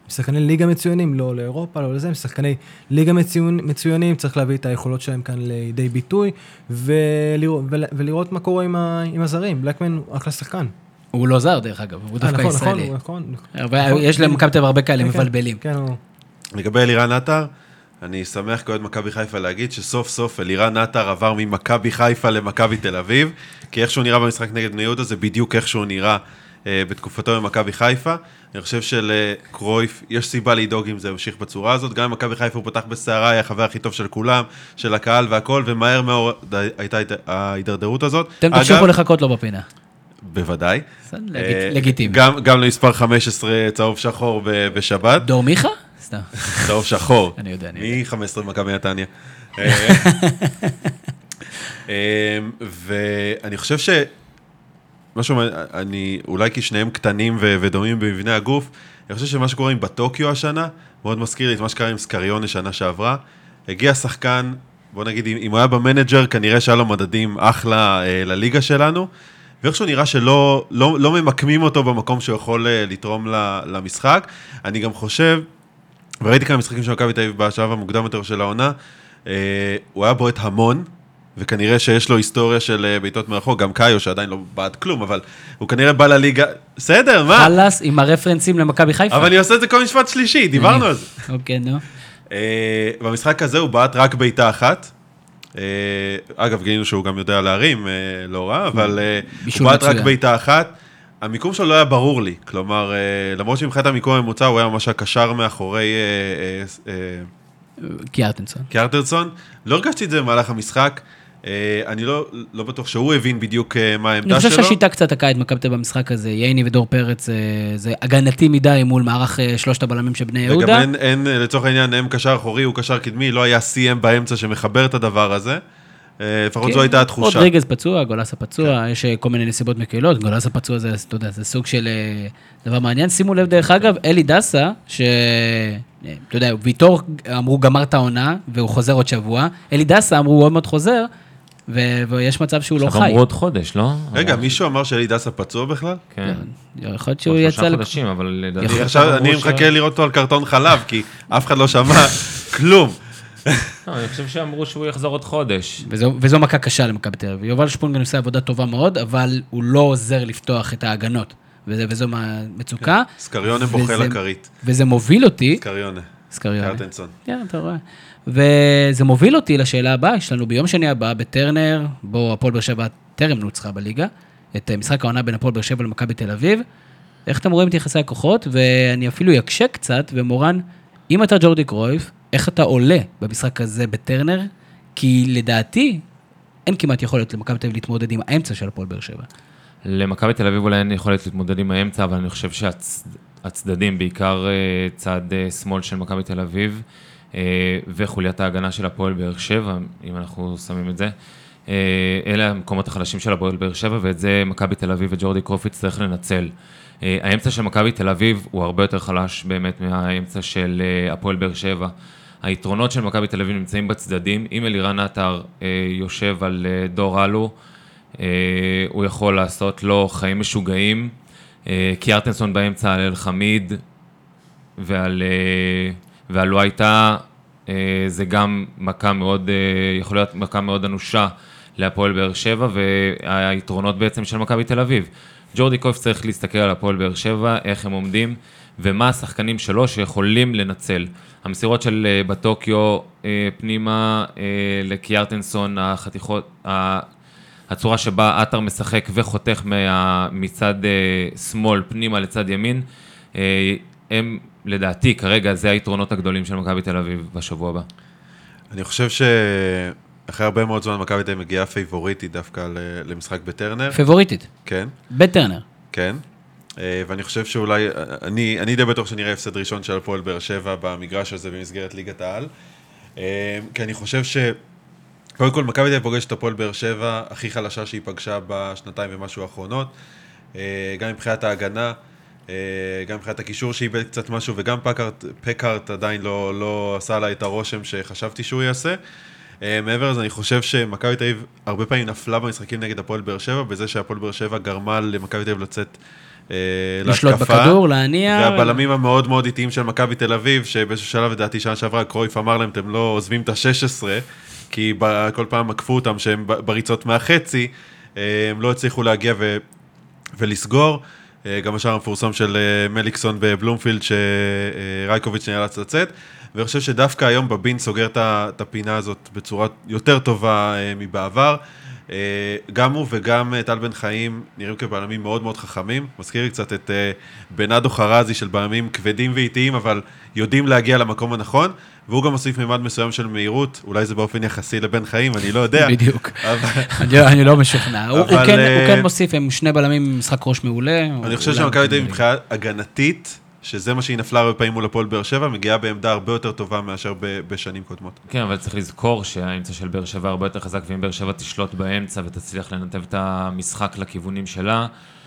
שחקני ליגה מצוינים, לא לאירופה, לא לזה, שחקני ליגה מצוינים, צריך להביא את היכולות שלהם כאן לידי ביטוי, ולראות מה קורה עם הזרים. בלקמן הוא אחלה שחקן. הוא לא זר דרך אגב, הוא דווקא ישראלי. נכון. יש למכבי תל אביב הרבה כאלה מבלבלים. כן, לגבי אלירן עטר, אני שמח כאוהד מכבי חיפה להגיד שסוף סוף אלירן עטר עבר ממכבי חיפה למכבי תל אביב, כי איך שהוא נראה במשחק נגד בני יהודה זה בדיוק איך שהוא נראה בתקופתו במכבי חיפה. אני חושב שלקרויף יש סיבה לדאוג אם זה ימשיך בצורה הזאת, גם במכבי חיפה הוא פתח בסערה, היה החבר הכי טוב של כולם, של הקהל והכל, ומהר מאוד הייתה ההידרדרות הזאת. אתם תמשיכו לחכות לו בפינה. בוודאי. לגיטימי. גם למספר 15 צהוב שחור בשבת. דור מיכה? סתם. צהוב שחור. אני יודע. מ-15 במכבי נתניה. ואני חושב משהו, אולי כי שניהם קטנים ודומים במבנה הגוף, אני חושב שמה שקורה עם בטוקיו השנה, מאוד מזכיר לי את מה שקרה עם סקריון השנה שעברה, הגיע שחקן, בוא נגיד, אם הוא היה במנג'ר, כנראה שהיה לו מדדים אחלה לליגה שלנו, ואיכשהו נראה שלא לא ממקמים אותו במקום שהוא יכול לתרום למשחק. אני גם חושב, וראיתי כמה משחקים של מכבי תל אביב בשלב המוקדם יותר של העונה, הוא היה בועט המון, וכנראה שיש לו היסטוריה של בעיטות מרחוק, גם קאיו שעדיין לא בעט כלום, אבל הוא כנראה בא לליגה, בסדר, מה? חלס עם הרפרנסים למכבי חיפה. אבל אני עושה את זה כל משפט שלישי, דיברנו על זה. אוקיי, נו. במשחק הזה הוא בעט רק בעיטה אחת, אגב, גילינו שהוא גם יודע להרים, לא רע, אבל הוא בעט רק בעיטה אחת, המיקום שלו לא היה ברור לי, כלומר, למרות שמבחינת המיקום הממוצע, הוא היה ממש הקשר מאחורי קיארטנסון, לא הרגשתי את זה במהלך המשחק, אני לא בטוח שהוא הבין בדיוק מה העמדה שלו. אני חושב שהשיטה קצת תקעה את מכבי תל אביב במשחק הזה, ייני ודור פרץ, זה הגנתי מדי מול מערך שלושת הבלמים של בני יהודה. וגם אין, לצורך העניין, הם קשר אחורי, הוא קשר קדמי, לא היה CM באמצע שמחבר את הדבר הזה, לפחות זו הייתה התחושה. רודריגז פצוע, גולסה פצוע, יש כל מיני נסיבות מקהילות, גולסה פצוע זה, אתה יודע, זה סוג של דבר מעניין. שימו לב דרך אגב, אלי דסה, אתה יודע, ויתור אמרו גמר את העונה, והוא חוזר עוד שבוע, אלי דסה אמרו הוא עוד מעט חוזר, ויש מצב שהוא לא חי. אמרו עוד חודש, לא? רגע, מישהו אמר שאלי דסה פצוע בכלל? כן. יכול להיות שהוא יצא... 3 חודשים, אבל... אני מחכה לראות אותו על קרטון חלב, כי אף אחד לא שמע כלום. אני חושב שאמרו שהוא יחזור עוד חודש. וזו מכה קשה למכבי תל אביב. יובל שפונגן עושה עבודה טובה מאוד, אבל הוא לא עוזר לפתוח את ההגנות. וזו מצוקה. סקריונה בוכה לכרית. וזה מוביל אותי... סקריונה. קרטנסון. כן, אתה רואה. וזה מוביל אותי לשאלה הבאה, יש לנו ביום שני הבא בטרנר, בו הפועל באר שבע טרם נוצחה בליגה, את משחק העונה בין הפועל באר שבע למכבי תל אביב. איך אתם רואים את יחסי הכוחות? ואני אפילו יקשה קצת, ומורן, אם אתה ג'ורדי קרויף, איך אתה עולה במשחק הזה בטרנר? כי לדעתי, אין כמעט יכולת למכבי תל אביב להתמודד עם האמצע של הפועל באר שבע. למכבי תל אביב אולי אין יכולת להתמודד עם האמצע, אבל אני חושב שהצדדים, בעיקר צד שמאל של מכבי תל אביב, וחוליית ההגנה של הפועל באר שבע, אם אנחנו שמים את זה, אלה המקומות החלשים של הפועל באר שבע, ואת זה מכבי תל אביב וג'ורדי קרויף צריך לנצל. האמצע של מכבי תל אביב הוא הרבה יותר חלש באמת מהאמצע של הפועל באר שבע. היתרונות של מכבי תל אביב נמצאים בצדדים. אם אלירן עטר יושב על דור אלו, הוא יכול לעשות לו חיים משוגעים. קיארטנסון באמצע על אל-חמיד ועל לא הייתה, זה גם מכה מאוד, יכול להיות מכה מאוד אנושה להפועל באר שבע, והיתרונות בעצם של מכבי תל אביב. ג'ורדי קרויף צריך להסתכל על הפועל באר שבע, איך הם עומדים, ומה השחקנים שלו שיכולים לנצל. המסירות של בטוקיו פנימה לקיארטנסון, החתיכות, הצורה שבה עטר משחק וחותך מצד שמאל פנימה לצד ימין, הם לדעתי כרגע זה היתרונות הגדולים של מכבי תל אביב בשבוע הבא. אני חושב שאחרי הרבה מאוד זמן מכבי תל אביב מגיעה פייבוריטית דווקא למשחק בטרנר. פייבוריטית? כן. בטרנר? כן. ואני חושב שאולי, אני די בטוח שנראה הפסד ראשון של הפועל באר שבע במגרש הזה במסגרת ליגת העל. כי אני חושב קודם כל, מכבי תל אביב פוגשת את הפועל באר שבע הכי חלשה שהיא פגשה בשנתיים ומשהו האחרונות, גם מבחינת ההגנה, גם מבחינת הקישור שאיבד קצת משהו, וגם פקארט עדיין לא עשה לה את הרושם שחשבתי שהוא יעשה. מעבר לזה, אני חושב שמכבי תל אביב הרבה פעמים נפלה במשחקים נגד הפועל באר שבע, בזה שהפועל באר שבע גרמה למכבי תל אביב לצאת לשלוט בכדור, להניע. והבלמים המאוד מאוד איטיים של מכבי תל אביב, שבאיזשהו שלב, לדעתי, שנה שעברה, קרויף אמר להם, אתם לא עוזבים את ה-16, כי כל פעם עקפו אותם שהם בריצות מהחצי, הם לא הצליחו להגיע ולסגור. גם השאר המפורסם של מליקסון בבלומפילד, שרייקוביץ' נאלץ לצאת, ואני חושב שדווקא היום בבין סוגר את הפינה הזאת בצורה יותר טובה מבעבר. גם הוא וגם טל בן חיים נראים כבלמים מאוד מאוד חכמים. מזכיר לי קצת את בנאדו חרזי של בלמים כבדים ואיטיים, אבל יודעים להגיע למקום הנכון, והוא גם מוסיף מימד מסוים של מהירות, אולי זה באופן יחסי לבן חיים, אני לא יודע. בדיוק. אני לא משוכנע. הוא כן מוסיף, הם שני בלמים משחק ראש מעולה. אני חושב שמכבי תל אביב מבחינה הגנתית, שזה מה שהיא נפלה הרבה פעמים מול הפועל באר שבע, מגיעה בעמדה הרבה יותר טובה מאשר בשנים קודמות. כן, אבל צריך לזכור שהאמצע של באר שבע הרבה יותר חזק, ואם באר שבע תשלוט באמצע ותצליח לנתב את המשחק לכיוונים שלה,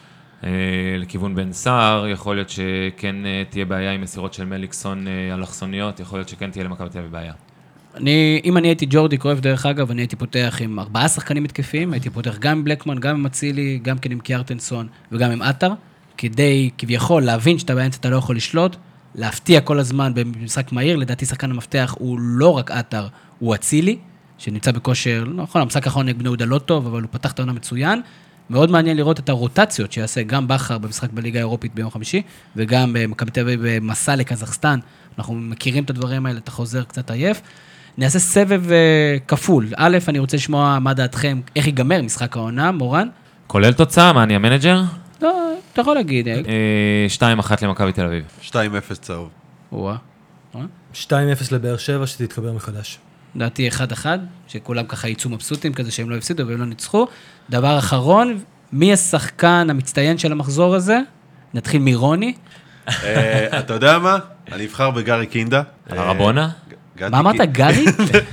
לכיוון בן סער, יכול להיות שכן תהיה בעיה עם מסירות של מליקסון אלכסוניות, יכול להיות שכן תהיה למכבי תל אביב בעיה. אם אני הייתי ג'ורדי קרויף, דרך אגב, אני הייתי פותח עם 4 שחקנים מתקפים, הייתי פותח גם עם בלקמן, גם עם מצילי, גם כן עם קיארטנסון וגם עם אתר, כדי כביכול להבין שאתה באמצע אתה לא יכול לשלוט, להפתיע כל הזמן במשחק מהיר, לדעתי שחקן המפתח הוא לא רק אתר, הוא אצילי, שנמצא בכושר, נכון, המשחק האחרון נגד בני יהודה לא טוב, אבל הוא פתח את העונה מצוין, מאוד מעניין לראות את הרוטציות שיעשה גם בכר במשחק בליגה האירופית ביום חמישי, וגם במכבי תל אביב במסע לקזחסטן, אנחנו מכירים את הדברים האלה, אתה חוזר קצת עייף, נעשה סבב כפול, א', אני רוצה לשמוע מה דעתכם, איך ייגמר משחק העונה, מורן? כולל תוצאה, מה אני המנג'ר? לא, אתה יכול להגיד. 2-1 למכבי תל אביב. 2-0 צהוב. 2-0 לבאר שבע שתתקבר מחדש. דעתי 1-1, שכולם ככה יצאו מבסוטים כזה שהם לא הפסידו והם לא ניצחו. דבר אחרון, מי השחקן המצטיין של המחזור הזה? נתחיל מרוני. אתה יודע מה? אני אבחר בגארי קינדה. הרבונה? מה אמרת, גארי?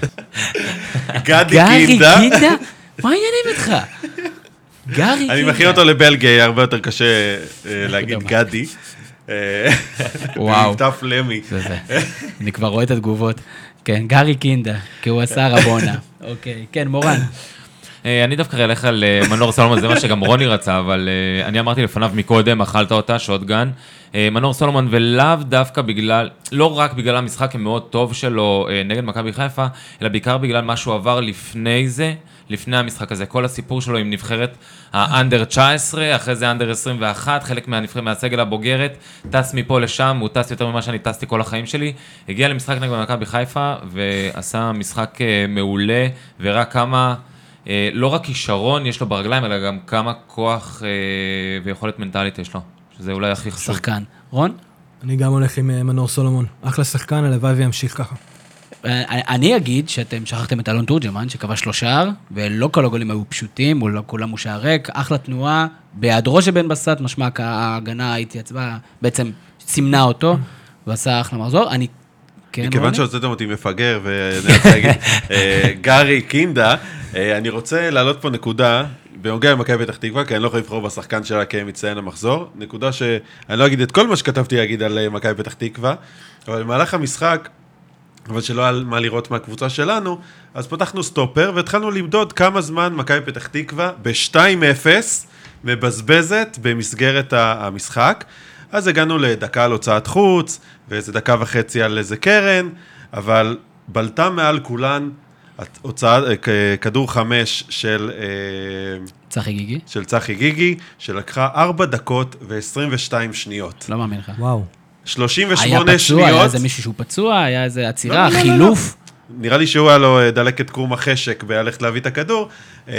גדי גארי קינדה. קינדה? מה העניינים איתך? גארי קינדה. אני מכיר אותו לבלגיה, הרבה יותר קשה להגיד גדי. וואו. מבטא פלמי. אני כבר רואה את התגובות. כן, גארי קינדה, כי הוא עשה רבונה. אוקיי, כן, מורן. אני דווקא אלך על מנור סולומון, זה מה שגם רוני רצה, אבל אני אמרתי לפניו מקודם, אכלת אותה, שוטגן. מנור סולומון, ולאו דווקא בגלל, לא רק בגלל המשחק המאוד טוב שלו נגד מכבי חיפה, אלא בעיקר בגלל מה שהוא עבר לפני זה, לפני המשחק הזה. כל הסיפור שלו עם נבחרת האנדר 19, אחרי זה האנדר 21, חלק מהסגל הבוגרת, טס מפה לשם, הוא טס יותר ממה שאני טסתי כל החיים שלי, הגיע למשחק נגד מכבי חיפה, ועשה משחק מעולה, ורק כמה, לא רק כישרון יש לו ברגליים, אלא גם כמה כוח ויכולת מנטלית יש לו, שזה אולי הכי חשוב. שחקן. רון? אני גם הולך עם מנור סולומון. אחלה שחקן, הלוואי וימשיך ככה. אני אגיד שאתם שכחתם את אלון תורג'מן, שקבע 3 שער, ולא כל הגולים היו פשוטים, לא כולם הוא שער ריק, אחלה תנועה, בהיעדרו של בן בסט, משמע ההגנה התייצבה, בעצם סימנה אותו, ועשה אחלה מחזור. מכיוון שהוצאתם אותי מפגר, ואני רוצה להגיד, גארי קינדה, אני רוצה להעלות פה נקודה, בנוגע למכבי פתח תקווה, כי אני לא יכול לבחור בשחקן שלה כמצטיין המחזור, נקודה שאני לא אגיד את כל מה שכתבתי להגיד על מכבי פתח תקווה, אבל במהלך המשחק, אבל שלא היה מה לראות מהקבוצה שלנו, אז פתחנו סטופר, והתחלנו למדוד כמה זמן מכבי פתח תקווה ב-2-0 מבזבזת במסגרת המשחק. אז הגענו לדקה על הוצאת חוץ, ואיזה דקה וחצי על איזה קרן, אבל בלטה מעל כולן כדור 5 של צחי גיגי. של צחי גיגי, שלקחה 4 דקות ו-22 שניות. לא מאמין לך. וואו. 38 שניות. היה איזה מישהו שהוא פצוע, היה איזה עצירה, חילוף. נראה לי שהוא היה לו דלקת קרום החשק בהלכת להביא את הכדור.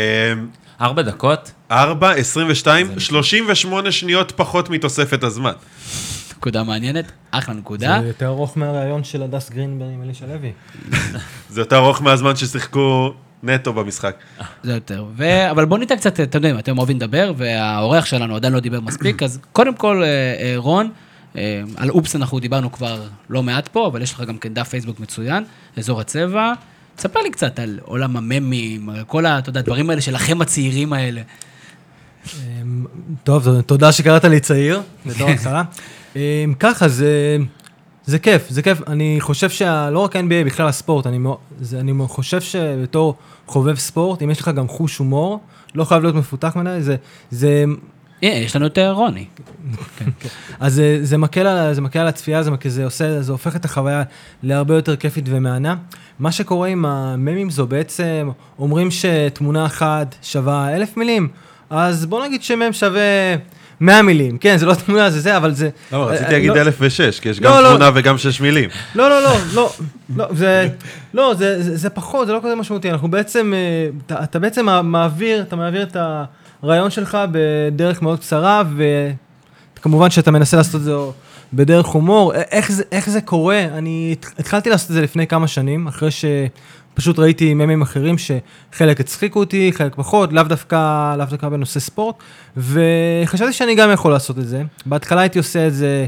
4 דקות? 4, 22, 38 שניות פחות מתוספת הזמן. נקודה מעניינת, אחלה נקודה. זה יותר ארוך מהרעיון של הדס גרינברג עם אלישע לוי. זה יותר ארוך מהזמן ששיחקו נטו במשחק. זה יותר. אבל בואו ניתן קצת, אתם יודעים, אתם אוהבים לדבר, והאורח שלנו עדיין לא דיבר מספיק, אז קודם כל, רון, על אופס אנחנו דיברנו כבר לא מעט פה, אבל יש לך גם כן דף פייסבוק מצוין, אזור הצבע. תספר לי קצת על עולם הממים, כל הדברים האלה שלכם הצעירים האלה. טוב, תודה שקראת לי צעיר, בתור התחלה. ככה, זה כיף, זה כיף. אני חושב שלא רק NBA, בכלל הספורט, אני חושב שבתור חובב ספורט, אם יש לך גם חוש הומור, לא חייב להיות מפותח מדי, זה יש לנו את רוני. אז זה מקל על הצפייה, זה הופך את החוויה להרבה יותר כיפית ומענה. מה שקורה עם הממים זו בעצם, אומרים שתמונה אחת שווה 1,000 מילים, אז בוא נגיד שמם שווה 100 מילים. כן, זה לא תמונה, זה, אבל זה... לא, רציתי להגיד 1,006, כי יש גם תמונה וגם 6 מילים. זה פחות, זה לא כזה משמעותי. אנחנו בעצם, אתה בעצם מעביר את הרעיון שלך בדרך מאוד קצרה, וכמובן שאתה מנסה לעשות את זה בדרך הומור. איך זה קורה? אני התחלתי לעשות את זה לפני כמה שנים, אחרי שפשוט ראיתי ממים אחרים שחלק הצחיקו אותי, חלק פחות, לאו דווקא בנושא ספורט, וחשבתי שאני גם יכול לעשות את זה. בהתחלה הייתי עושה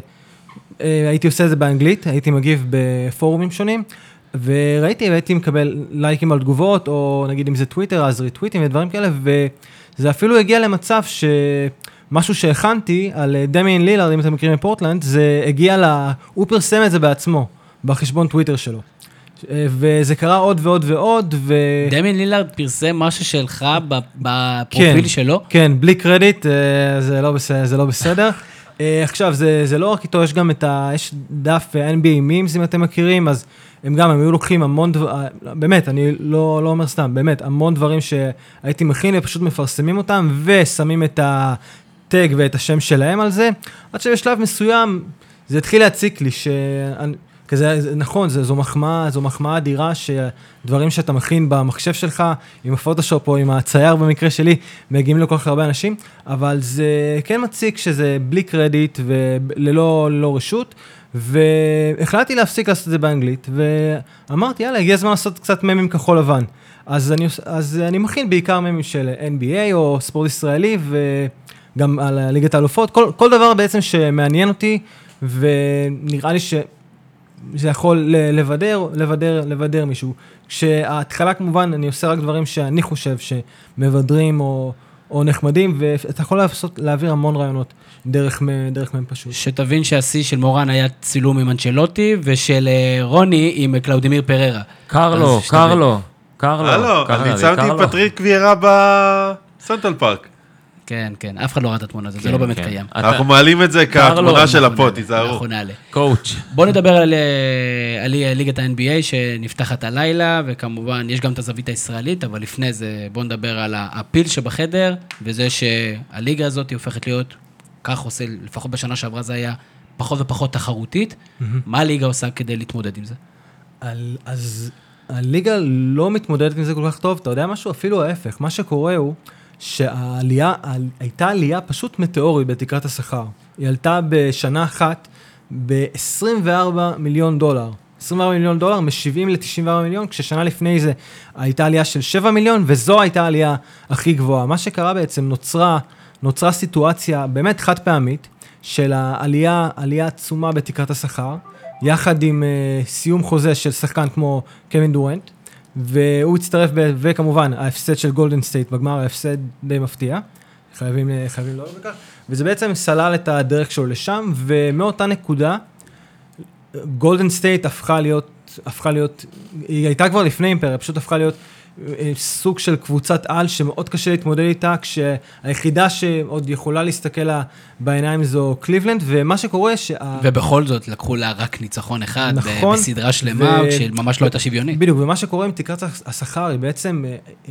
את זה באנגלית, הייתי מגיב בפורומים שונים, והייתי מקבל לייקים על תגובות, או נגיד אם זה טוויטר, אז ריטוויטים ודברים כאלה, וזה אפילו הגיע למצב משהו שהכנתי על דמיין לילארד, אם אתם מכירים מפורטלנד, זה הגיע הוא פרסם את זה בעצמו, בחשבון טוויטר שלו. וזה קרה עוד ועוד ועוד, דמיין לילארד פרסם משהו שלך בפרופיל שלו? כן, בלי קרדיט, זה לא בסדר. עכשיו, זה לא רק איתו, יש גם יש דף NBA memes, אם אתם מכירים, אז הם היו לוקחים המון באמת, אני לא אומר סתם, באמת, המון דברים שהייתי מכין, ופשוט מפרסמים אותם, ושמים את הטג ואת השם שלהם על זה, עד שבשלב מסוים, זה התחיל להציק לי, כזה, נכון, זו מחמאה אדירה, שדברים שאתה מכין במחשב שלך, עם הפוטושופ או עם הצייר במקרה שלי, מגיעים לכל כך הרבה אנשים, אבל זה כן מציק שזה בלי קרדיט וללא רשות, והחלטתי להפסיק לעשות את זה באנגלית, ואמרתי, יאללה, הגיע הזמן לעשות קצת ממים כחול לבן. אז אני מכין בעיקר ממים של NBA או ספורט ישראלי, וגם על ליגת האלופות, כל דבר בעצם שמעניין אותי, ונראה לי זה יכול לבדר מישהו. כשההתחלה כמובן, אני עושה רק דברים שאני חושב שמבדרים או נחמדים, ואתה יכול להעביר המון רעיונות דרך מהם פשוט. שתבין שהשיא של מורן היה צילום עם אנצ'לוטי, ושל רוני עם קלאודימיר פררה. קרלו. הלו, אני שמתי עם פטריק ויירה בסנטרל פארק. כן, כן, אף אחד לא ראה את התמונה הזאת, זה לא באמת קיים. אנחנו מעלים את זה כתמונה של הפוט, תיזהרו. אנחנו נעלה. קואוץ'. בוא נדבר על ליגת ה-NBA שנפתחת הלילה, וכמובן יש גם את הזווית הישראלית, אבל לפני זה בוא נדבר על הפיל שבחדר, וזה שהליגה הזאת הופכת להיות, כך עושה, לפחות בשנה שעברה זה היה פחות ופחות תחרותית. מה הליגה עושה כדי להתמודד עם זה? אז הליגה לא מתמודדת עם זה כל כך טוב, אתה יודע משהו? אפילו ההפך. מה שקורה הוא הייתה עלייה פשוט מטאורית בתקרת השכר. היא עלתה בשנה אחת ב$24 מיליון. $24 מיליון מ-70 ל-94 מיליון, כששנה לפני זה הייתה עלייה של 7 מיליון, וזו הייתה העלייה הכי גבוהה. מה שקרה בעצם, נוצרה סיטואציה באמת חד פעמית, של העלייה עצומה בתקרת השכר, יחד עם סיום חוזה של שחקן כמו קווין דורנט, והוא הצטרף, וכמובן, ההפסד של גולדן סטייט בגמר, ההפסד די מפתיע, חייבים לא בכך, וזה בעצם סלל את הדרך שלו לשם, ומאותה נקודה, גולדן סטייט הפכה להיות, היא הייתה כבר לפני אימפריה, פשוט הפכה להיות סוג של קבוצת על שמאוד קשה להתמודד איתה, כשהיחידה שעוד יכולה להסתכל לה בעיניים זו קליבלנד, ומה שקורה ובכל זאת לקחו לה רק ניצחון אחד, נכון, בסדרה שלמה, שממש לא הייתה שוויונית. בדיוק, ומה שקורה עם תקרת השכר, היא בעצם,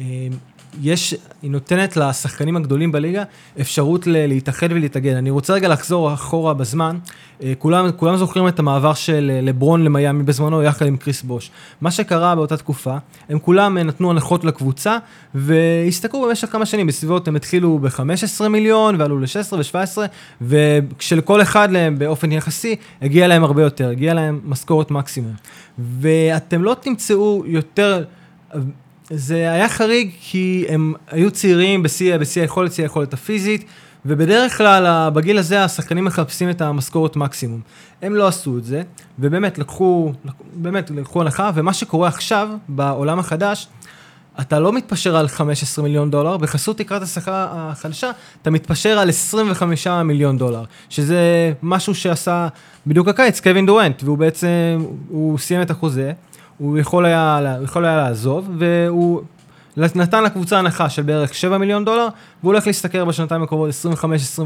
היא נותנת לשחקנים הגדולים בליגה אפשרות להתאחד ולהתאגד. אני רוצה רגע לחזור אחורה בזמן, כולם זוכרים את המעבר של לברון למיימי בזמנו, יחד עם קריס בוש. מה שקרה באותה תקופה, הם כולם נתנו הנחות לקבוצה, והסתכלו במשך כמה שנים, בסביבות הם התחילו ב-15 מיליון, ועלו ל-16 ו-17, וכשלכל אחד להם באופן יחסי, הגיע להם הרבה יותר, הגיע להם משכורת מקסימום. ואתם לא תמצאו יותר, זה היה חריג, כי הם היו צעירים בשיא היכולת הפיזית, ובדרך כלל, בגיל הזה, השחקנים מחפשים את המשכורת מקסימום. הם לא עשו את זה, ובאמת לקחו הנחה, ומה שקורה עכשיו, בעולם החדש, אתה לא מתפשר על $15 מיליון, בחסות תקרת השכר החדשה, אתה מתפשר על $25 מיליון, שזה משהו שעשה בדיוק הקיץ, קווין דורנט, והוא בעצם, הוא סיים את החוזה, הוא יכול היה לעזוב, והוא נתן לקבוצה הנחה של בערך $7 מיליון, והוא הולך להסתכר בשנתיים הקרובות 25-26.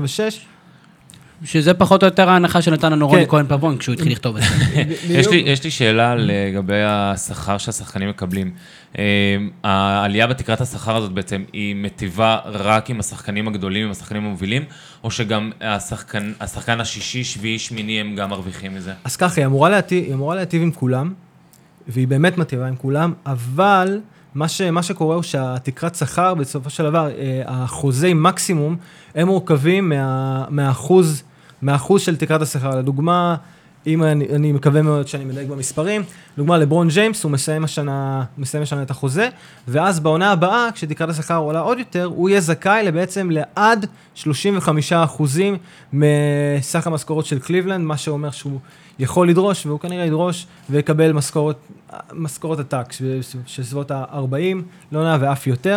שזה פחות או יותר ההנחה שנתן לנו רוני כהן פבון, כשהוא התחיל לכתוב את זה. יש לי שאלה לגבי השכר שהשחקנים מקבלים. העלייה בתקרת השכר הזאת בעצם היא מטיבה רק עם השחקנים הגדולים, עם השחקנים המובילים, או שגם השחקן השישי, שביעי, שמיני הם גם מרוויחים מזה? אז ככה, היא אמורה להטיב עם כולם, והיא באמת מטיבה עם כולם, אבל מה שקורה הוא שהתקרת שכר, בסופו של דבר, החוזי מקסימום, הם מורכבים מהאחוז של תקרת השכר. לדוגמה, אם אני מקווה מאוד שאני מדייק במספרים, לדוגמה, לברון ג'יימס, הוא מסיים השנה את החוזה, ואז בעונה הבאה, כשתקרת השכר עולה עוד יותר, הוא יהיה זכאי בעצם לעד 35% מסך המשכורות של קליבלנד, מה שאומר שהוא יכול לדרוש, והוא כנראה ידרוש, ויקבל משכורות עתק, שסביבות ה-40, לא נע ואף יותר.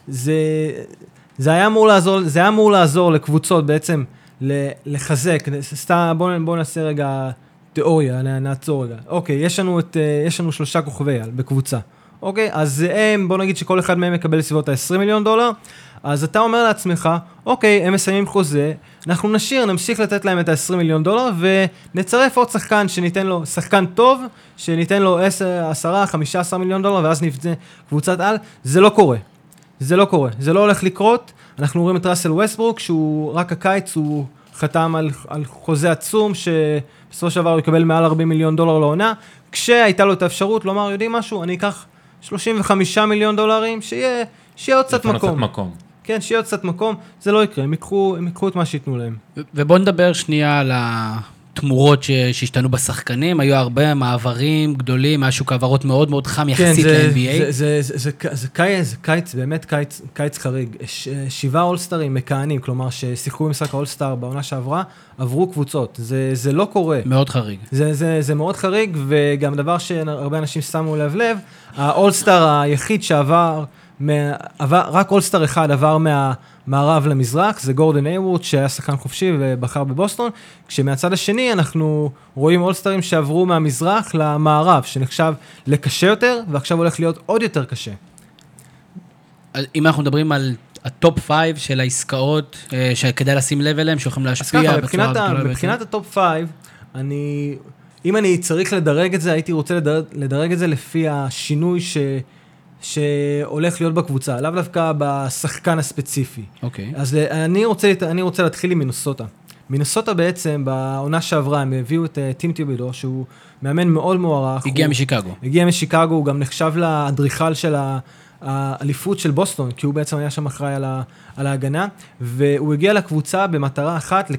זה היה אמור לעזור לקבוצות בעצם לחזק, בואו נעשה רגע תיאוריה, נעצור רגע. אוקיי, יש לנו 3 כוכבי על בקבוצה. אוקיי, אז בואו נגיד שכל אחד מהם מקבל סביבות $20 מיליון, אז אתה אומר לעצמך, אוקיי, הם מסיימים חוזה, אנחנו נמשיך לתת להם את $20 מיליון, ונצרף עוד שחקן שניתן לו, שחקן טוב, שניתן לו 10-15 מיליון דולר, ואז נבנה קבוצת על. זה לא קורה. זה לא הולך לקרות. אנחנו רואים את ראסל ווסטברוק, שהוא רק הקיץ, הוא חתם על חוזה עצום, שבסופו של דבר הוא יקבל מעל $40 מיליון לעונה, כשהייתה לו את האפשרות לומר, יודעים משהו, אני אקח $35 מיליון, שיהיה עוד קצת מקום. כן, שיהיה עוד קצת מקום, זה לא יקרה, הם יקחו את מה שיתנו להם. ובואו נדבר שנייה על התמורות שהשתנו בשחקנים, היו הרבה מעברים גדולים, היה שוק העברות מאוד מאוד חם יחסית ל-NBA. זה קיץ, באמת קיץ חריג. 7 אולסטרים מכהנים, כלומר ששיחקו במשחק האולסטר בעונה שעברה, עברו קבוצות. זה לא קורה. מאוד חריג. זה מאוד חריג, וגם דבר שהרבה אנשים שמו לב, האולסטר היחיד שעבר, רק אולסטר אחד עבר מהמערב למזרח, זה גורדון היוורד שהיה שחקן חופשי ובחר בבוסטון, כשמהצד השני אנחנו רואים אולסטרים שעברו מהמזרח למערב, שנחשב לקשה יותר, ועכשיו הולך להיות עוד יותר קשה. אם אנחנו מדברים על הטופ 5 של העסקאות שכדאי לשים לב אליהם, שיכולים להשפיע בצורה גדולה. מבחינת הטופ 5, אם אני צריך לדרג את זה, הייתי רוצה לדרג את זה לפי השינוי שהולך להיות בקבוצה, לאו דווקא בשחקן הספציפי. אוקיי. אז אני רוצה להתחיל עם מינסוטה. מינסוטה בעצם, בעונה שעברה, הם הביאו את טים טיבודו, שהוא מאמן מאוד מוערך. הגיע משיקגו, הוא גם נחשב לאדריכל של האליפות של בוסטון, כי הוא בעצם היה שם אחראי על ההגנה, והוא הגיע לקבוצה במטרה אחת,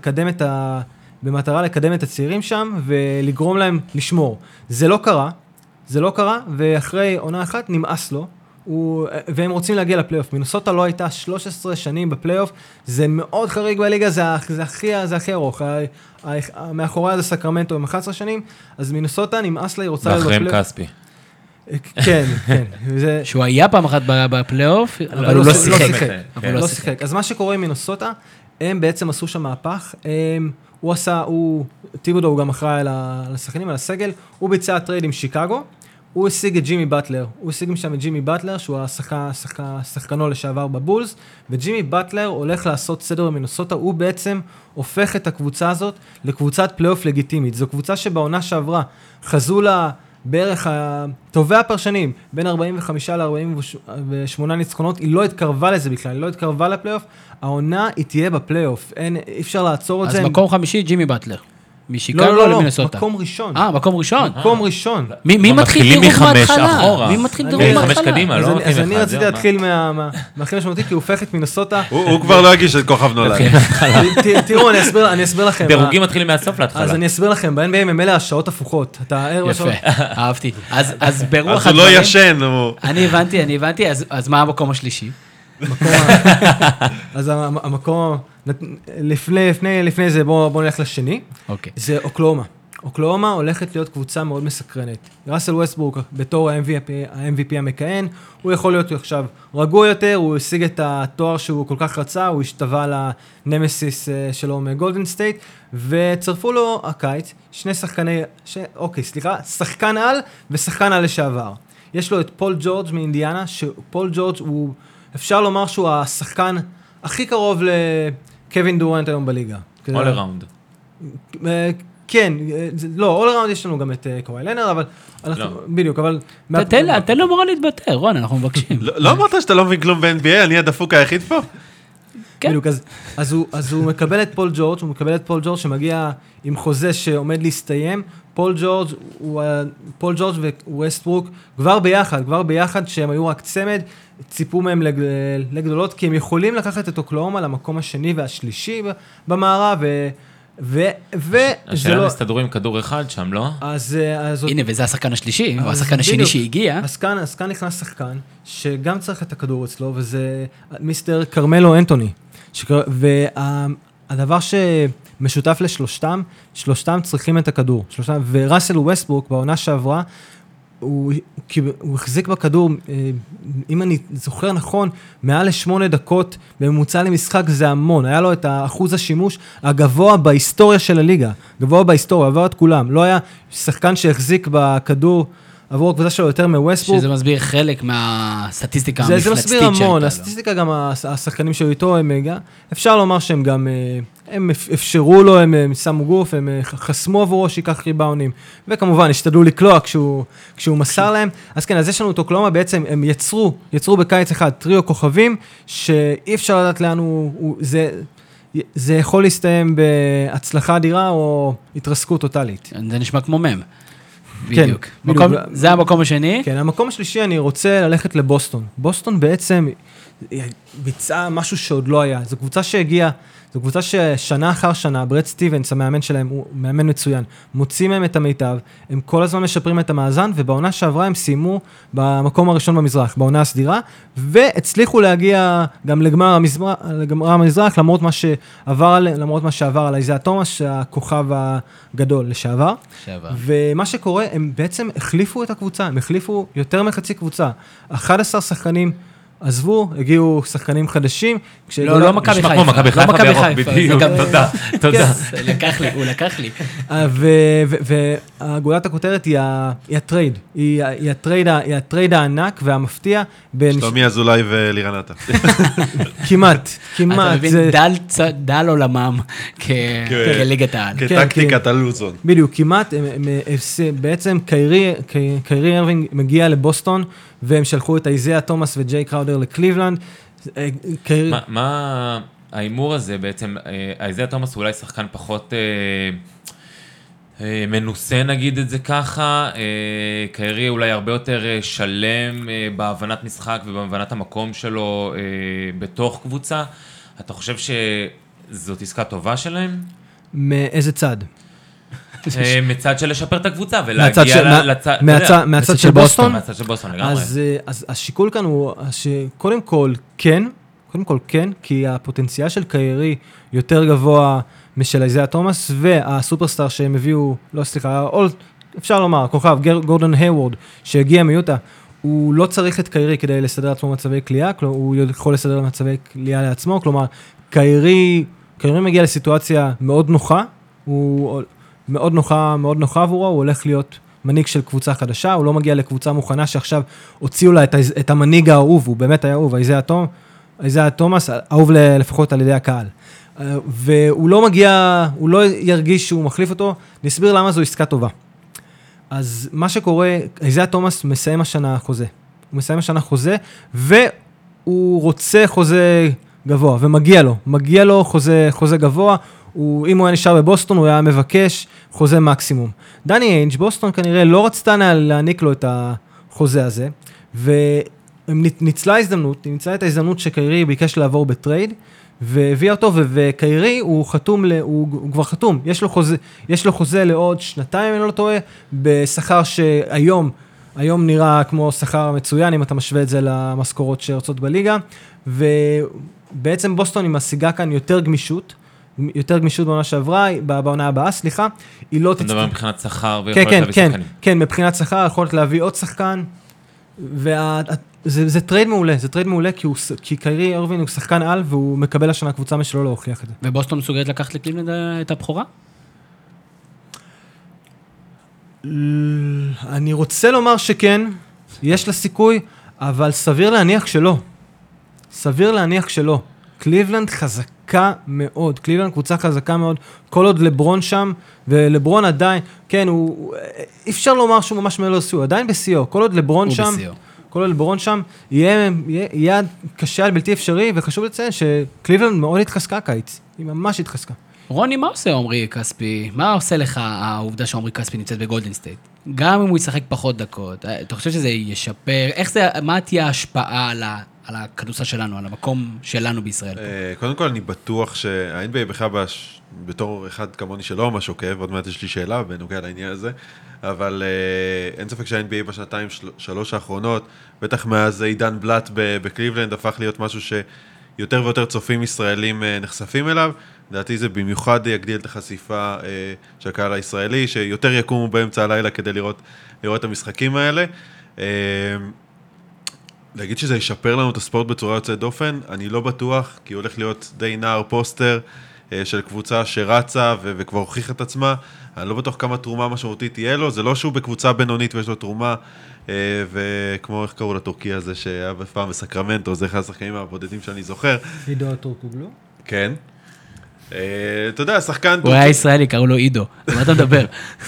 במטרה לקדם את הצעירים שם, ולגרום להם לשמור. זה לא קרה, ואחרי עונה אחת נמאס לו, והם רוצים להגיע לפלייאוף. מינסוטה לא הייתה 13 שנים בפלייאוף, זה מאוד חריג בליגה, זה הכי ארוך. מאחורי זה סקרמנטו עם 11 שנים, אז מינסוטה נמאס לה, היא רוצה להיות בפלייאוף. ואחריהם כספי. כן. שהוא היה פעם אחת בפלייאוף, אבל הוא לא שיחק. אז מה שקורה עם מינסוטה, הם בעצם עשו שם מהפך, טיבודו הוא גם אחראי על השחקנים, על הסגל, הוא ביצע טרייד עם שיקגו, הוא השיג את ג'ימי באטלר, שהוא השחקנו לשעבר בבולס, וג'ימי באטלר הולך לעשות סדר במינסוטה, הוא בעצם הופך את הקבוצה הזאת לקבוצת פלייאוף לגיטימית, זו קבוצה שבעונה שעברה חזו לה בערך טובי הפרשנים, בין 45 ל-48 ניצחונות, היא לא התקרבה לזה בכלל, היא לא התקרבה לפלייאוף, העונה היא תהיה בפלייאוף, אי אפשר לעצור את זה. אז מקום חמישי, ג'ימי באטלר. משיקגו למינסוטה. מקום ראשון. מקום ראשון. מי מתחיל דירוג מההתחלה? מי מתחיל דירוג מההתחלה? אז אני רציתי להתחיל מהכי משמעותי, כי הוא הופך את מינסוטה. הוא כבר לא הגיש את כוכב נולד. תראו, אני אסביר לכם. דירוגים מתחילים מהסוף להתחלה. אז אני אסביר לכם, ב-NBA ממילא השעות הפוכות. יפה, אהבתי. אז ברוח הדברים... אז הוא לא ישן. אני הבנתי, אז מה המקום השלישי? אז המקום, לפני זה בואו נלך לשני, זה אוקלאומה. אוקלאומה הולכת להיות קבוצה מאוד מסקרנת. ראסל ווסטברוק בתור ה-MVP המכהן, הוא יכול להיות עכשיו רגוע יותר, הוא השיג את התואר שהוא כל כך רצה, הוא השתווה לנמסיס שלו מגולדן סטייט, וצרפו לו הקיץ שחקן על ושחקן על לשעבר. יש לו את פול ג'ורג' מאינדיאנה, שפול ג'ורג' הוא, אפשר לומר שהוא השחקן הכי קרוב לקווין דורנט היום בליגה. all around. כן, לא, all around יש לנו גם את קוואי לנר, אבל בדיוק, אבל... תן לו מורה להתבטא, רון, אנחנו מבקשים. לא אמרת שאתה לא מבין כלום ב-NBA, אני הדפוק היחיד פה? בדיוק, אז הוא מקבל את פול ג'ורג', שמגיע עם חוזה שעומד להסתיים. פול ג'ורג' וווסטברוק כבר ביחד שהם היו רק צמד, ציפו מהם לגדולות, כי הם יכולים לקחת את אוקלאומה למקום השני והשלישי במערב, השאלה מסתדרו עם כדור אחד שם, לא? הנה, וזה השחקן השלישי, או השחקן השני שהגיע. אז כאן נכנס שחקן, שגם צריך את הכדור אצלו, וזה מיסטר קרמלו אנטוני. והדבר שמשותף לשלושתם, שלושתם צריכים את הכדור. וראסל ווסטברוק בעונה שעברה, הוא החזיק בכדור, אם אני זוכר נכון, מעל 8 דקות בממוצע למשחק, זה המון. היה לו את האחוז השימוש הגבוה בהיסטוריה של הליגה. גבוה בהיסטוריה, עבר את כולם. לא היה שחקן שהחזיק בכדור עבור הקבוצה שלו יותר מווסטברוק. שזה מסביר חלק מהסטטיסטיקה המפלצתית שהייתה. זה מסביר המון, הסטטיסטיקה גם השחקנים שהיו איתו, אפשר לומר שהם גם, הם אפשרו לו, הם שמו גוף, הם חסמו עבורו שיקח ריבאונים, וכמובן השתדלו לקלוע כשהוא מסר להם. אז כן, אז יש לנו את אוקלאומה, בעצם הם יצרו בקיץ אחד טריו כוכבים, שאי אפשר לדעת לאן זה יכול להסתיים בהצלחה אדירה או התרסקות טוטלית. זה נשמע כמו מם. בדיוק. זה המקום השני? כן, המקום השלישי אני רוצה ללכת לבוסטון. בוסטון בעצם ביצעה משהו שעוד לא היה. זו קבוצה שהגיעה, זו קבוצה ששנה אחר שנה, ברד סטיבנס, המאמן שלהם, הוא מאמן מצוין, מוצאים מהם את המיטב, הם כל הזמן משפרים את המאזן, ובעונה שעברה הם סיימו במקום הראשון במזרח, בעונה הסדירה, והצליחו להגיע גם לגמר המזרח, למרות מה שעבר על איזיה תומאס, הכוכב הגדול לשעבר. ומה שקורה, הם בעצם החליפו את הקבוצה, הם החליפו יותר מחצי קבוצה. 11 שחקנים עזבו, הגיעו שחקנים חדשים. לא מכבי חיפה. כמו מכבי חיפה בירוק, בדיוק. תודה. הוא לקח לי. והגולת הכותרת היא הטרייד. היא הטרייד הענק והמפתיע. שלומי אזולאי ולירן עטר. כמעט. אתה מבין, דל עולמם כליגת העל. כטקטיקת הלוזון. בדיוק, כמעט. בעצם קיירי ארווינג מגיע לבוסטון, והם שלחו את איזיה תומאס וג'יי קראודר לקליבלנד. מה האימור הזה בעצם, איזיה תומאס הוא אולי שחקן פחות מנוסה נגיד את זה ככה, קיירי אולי הרבה יותר שלם בהבנת משחק ובהבנת המקום שלו בתוך קבוצה. אתה חושב שזאת עסקה טובה שלהם? מאיזה צד? מצד של לשפר את הקבוצה ולהגיע לצד... מהצד של בוסטון? מהצד של בוסטון, לגמרי. אז השיקול כאן הוא שקודם כל כן, כי הפוטנציאל של קיירי יותר גבוה משל איזיה תומאס, והסופרסטאר שהם הביאו, אפשר לומר, כוכב, גורדון היוורד, שהגיע מיוטה, הוא לא צריך את קיירי כדי לסדר לעצמו מצבי קליעה, הוא יכול לסדר מצבי קליעה לעצמו, כלומר, קיירי מגיע לסיטואציה מאוד נוחה, הוא מאוד נוחה עבורו, הוא הולך להיות מנהיג של קבוצה חדשה, הוא לא מגיע לקבוצה מוכנה שעכשיו הוציאו לה את המנהיג האהוב, הוא באמת היה אהוב, איזיה תומאס, אהוב לפחות על ידי הקהל. והוא לא מגיע, הוא לא ירגיש שהוא מחליף אותו, נסביר למה זו עסקה טובה. אז מה שקורה, איזיה תומאס מסיים השנה חוזה, והוא רוצה חוזה גבוה, ומגיע לו חוזה גבוה, אם הוא היה נשאר בבוסטון, הוא היה מבקש חוזה מקסימום. דני איינג', בוסטון כנראה לא רצתה להעניק לו את החוזה הזה, וניצלה את ההזדמנות שקיירי ביקש לעבור בטרייד, והביא אותו, וקיירי הוא כבר חתום, יש לו חוזה לעוד שנתיים, אני לא טועה, בשכר שהיום נראה כמו שכר מצוין, אם אתה משווה את זה למשכורות שרצות בליגה, ובעצם בוסטון היא משיגה כאן יותר גמישות בעונה שעברה, בעונה הבאה, היא לא אתה מדבר מבחינת שכר ויכולת להביא שחקנים. כן, מבחינת שכר, יכולת להביא עוד שחקן, זה טרייד מעולה, כי קיירי ארווין הוא שחקן על, והוא מקבל השנה קבוצה משלו להוכיח את זה. ובוסטון מסוגלת לקחת לקליבלנד את הבכורה? אני רוצה לומר שכן, יש לה סיכוי, אבל סביר להניח שלא. סביר להניח שלא. קליבלנד חזקה מאוד, קליבלנד קבוצה חזקה מאוד, כל עוד לברון שם, ולברון עדיין, כן, אפשר לומר שהוא ממש מעל לסיוע, עדיין בסיוע, כל עוד לברון שם, כל עוד לברון שם, יהיה קשה בלתי אפשרי, וחשוב לציין שקליבלנד מאוד התחזקה קיץ, היא ממש התחזקה. רוני, מה עושה עומרי כספי? מה עושה לך העובדה שעומרי כספי נמצאת בגולדן סטייט? גם אם הוא ישחק פחות דקות, אתה חושב שזה ישפר? מה תהיה ההשפעה על הכדורסל שלנו, על המקום שלנו בישראל? קודם כל, אני בטוח שה-NBA בכלל בתור אחד כמוני שלא ממש עוקב, עוד מעט יש לי שאלה בנוגע לעניין הזה, אבל אין ספק שה-NBA בשנתיים, 3 האחרונות, בטח מאז עידן בלאט בקליבלנד, הפך להיות משהו שיותר ויותר צופים ישראלים נחשפים אליו. לדעתי זה במיוחד יגדיל את החשיפה של הקהל הישראלי, שיותר יקומו באמצע הלילה כדי לראות את המשחקים האלה. להגיד שזה ישפר לנו את הספורט בצורה יוצאת דופן, אני לא בטוח, כי הולך להיות די נער פוסטר של קבוצה שרצה וכבר הוכיח את עצמה. אני לא בטוח כמה תרומה משמעותית תהיה לו, זה לא שהוא בקבוצה בינונית ויש לו תרומה, וכמו איך קראו לטורקי הזה שהיה בפעם בסקרמנטו, זה אחד השחקנים הבודדים שאני זוכר. עידו טורקוגלו? כן. אתה יודע, השחקן... הוא היה ישראלי, קראו לו עידו. מה אתה מדבר?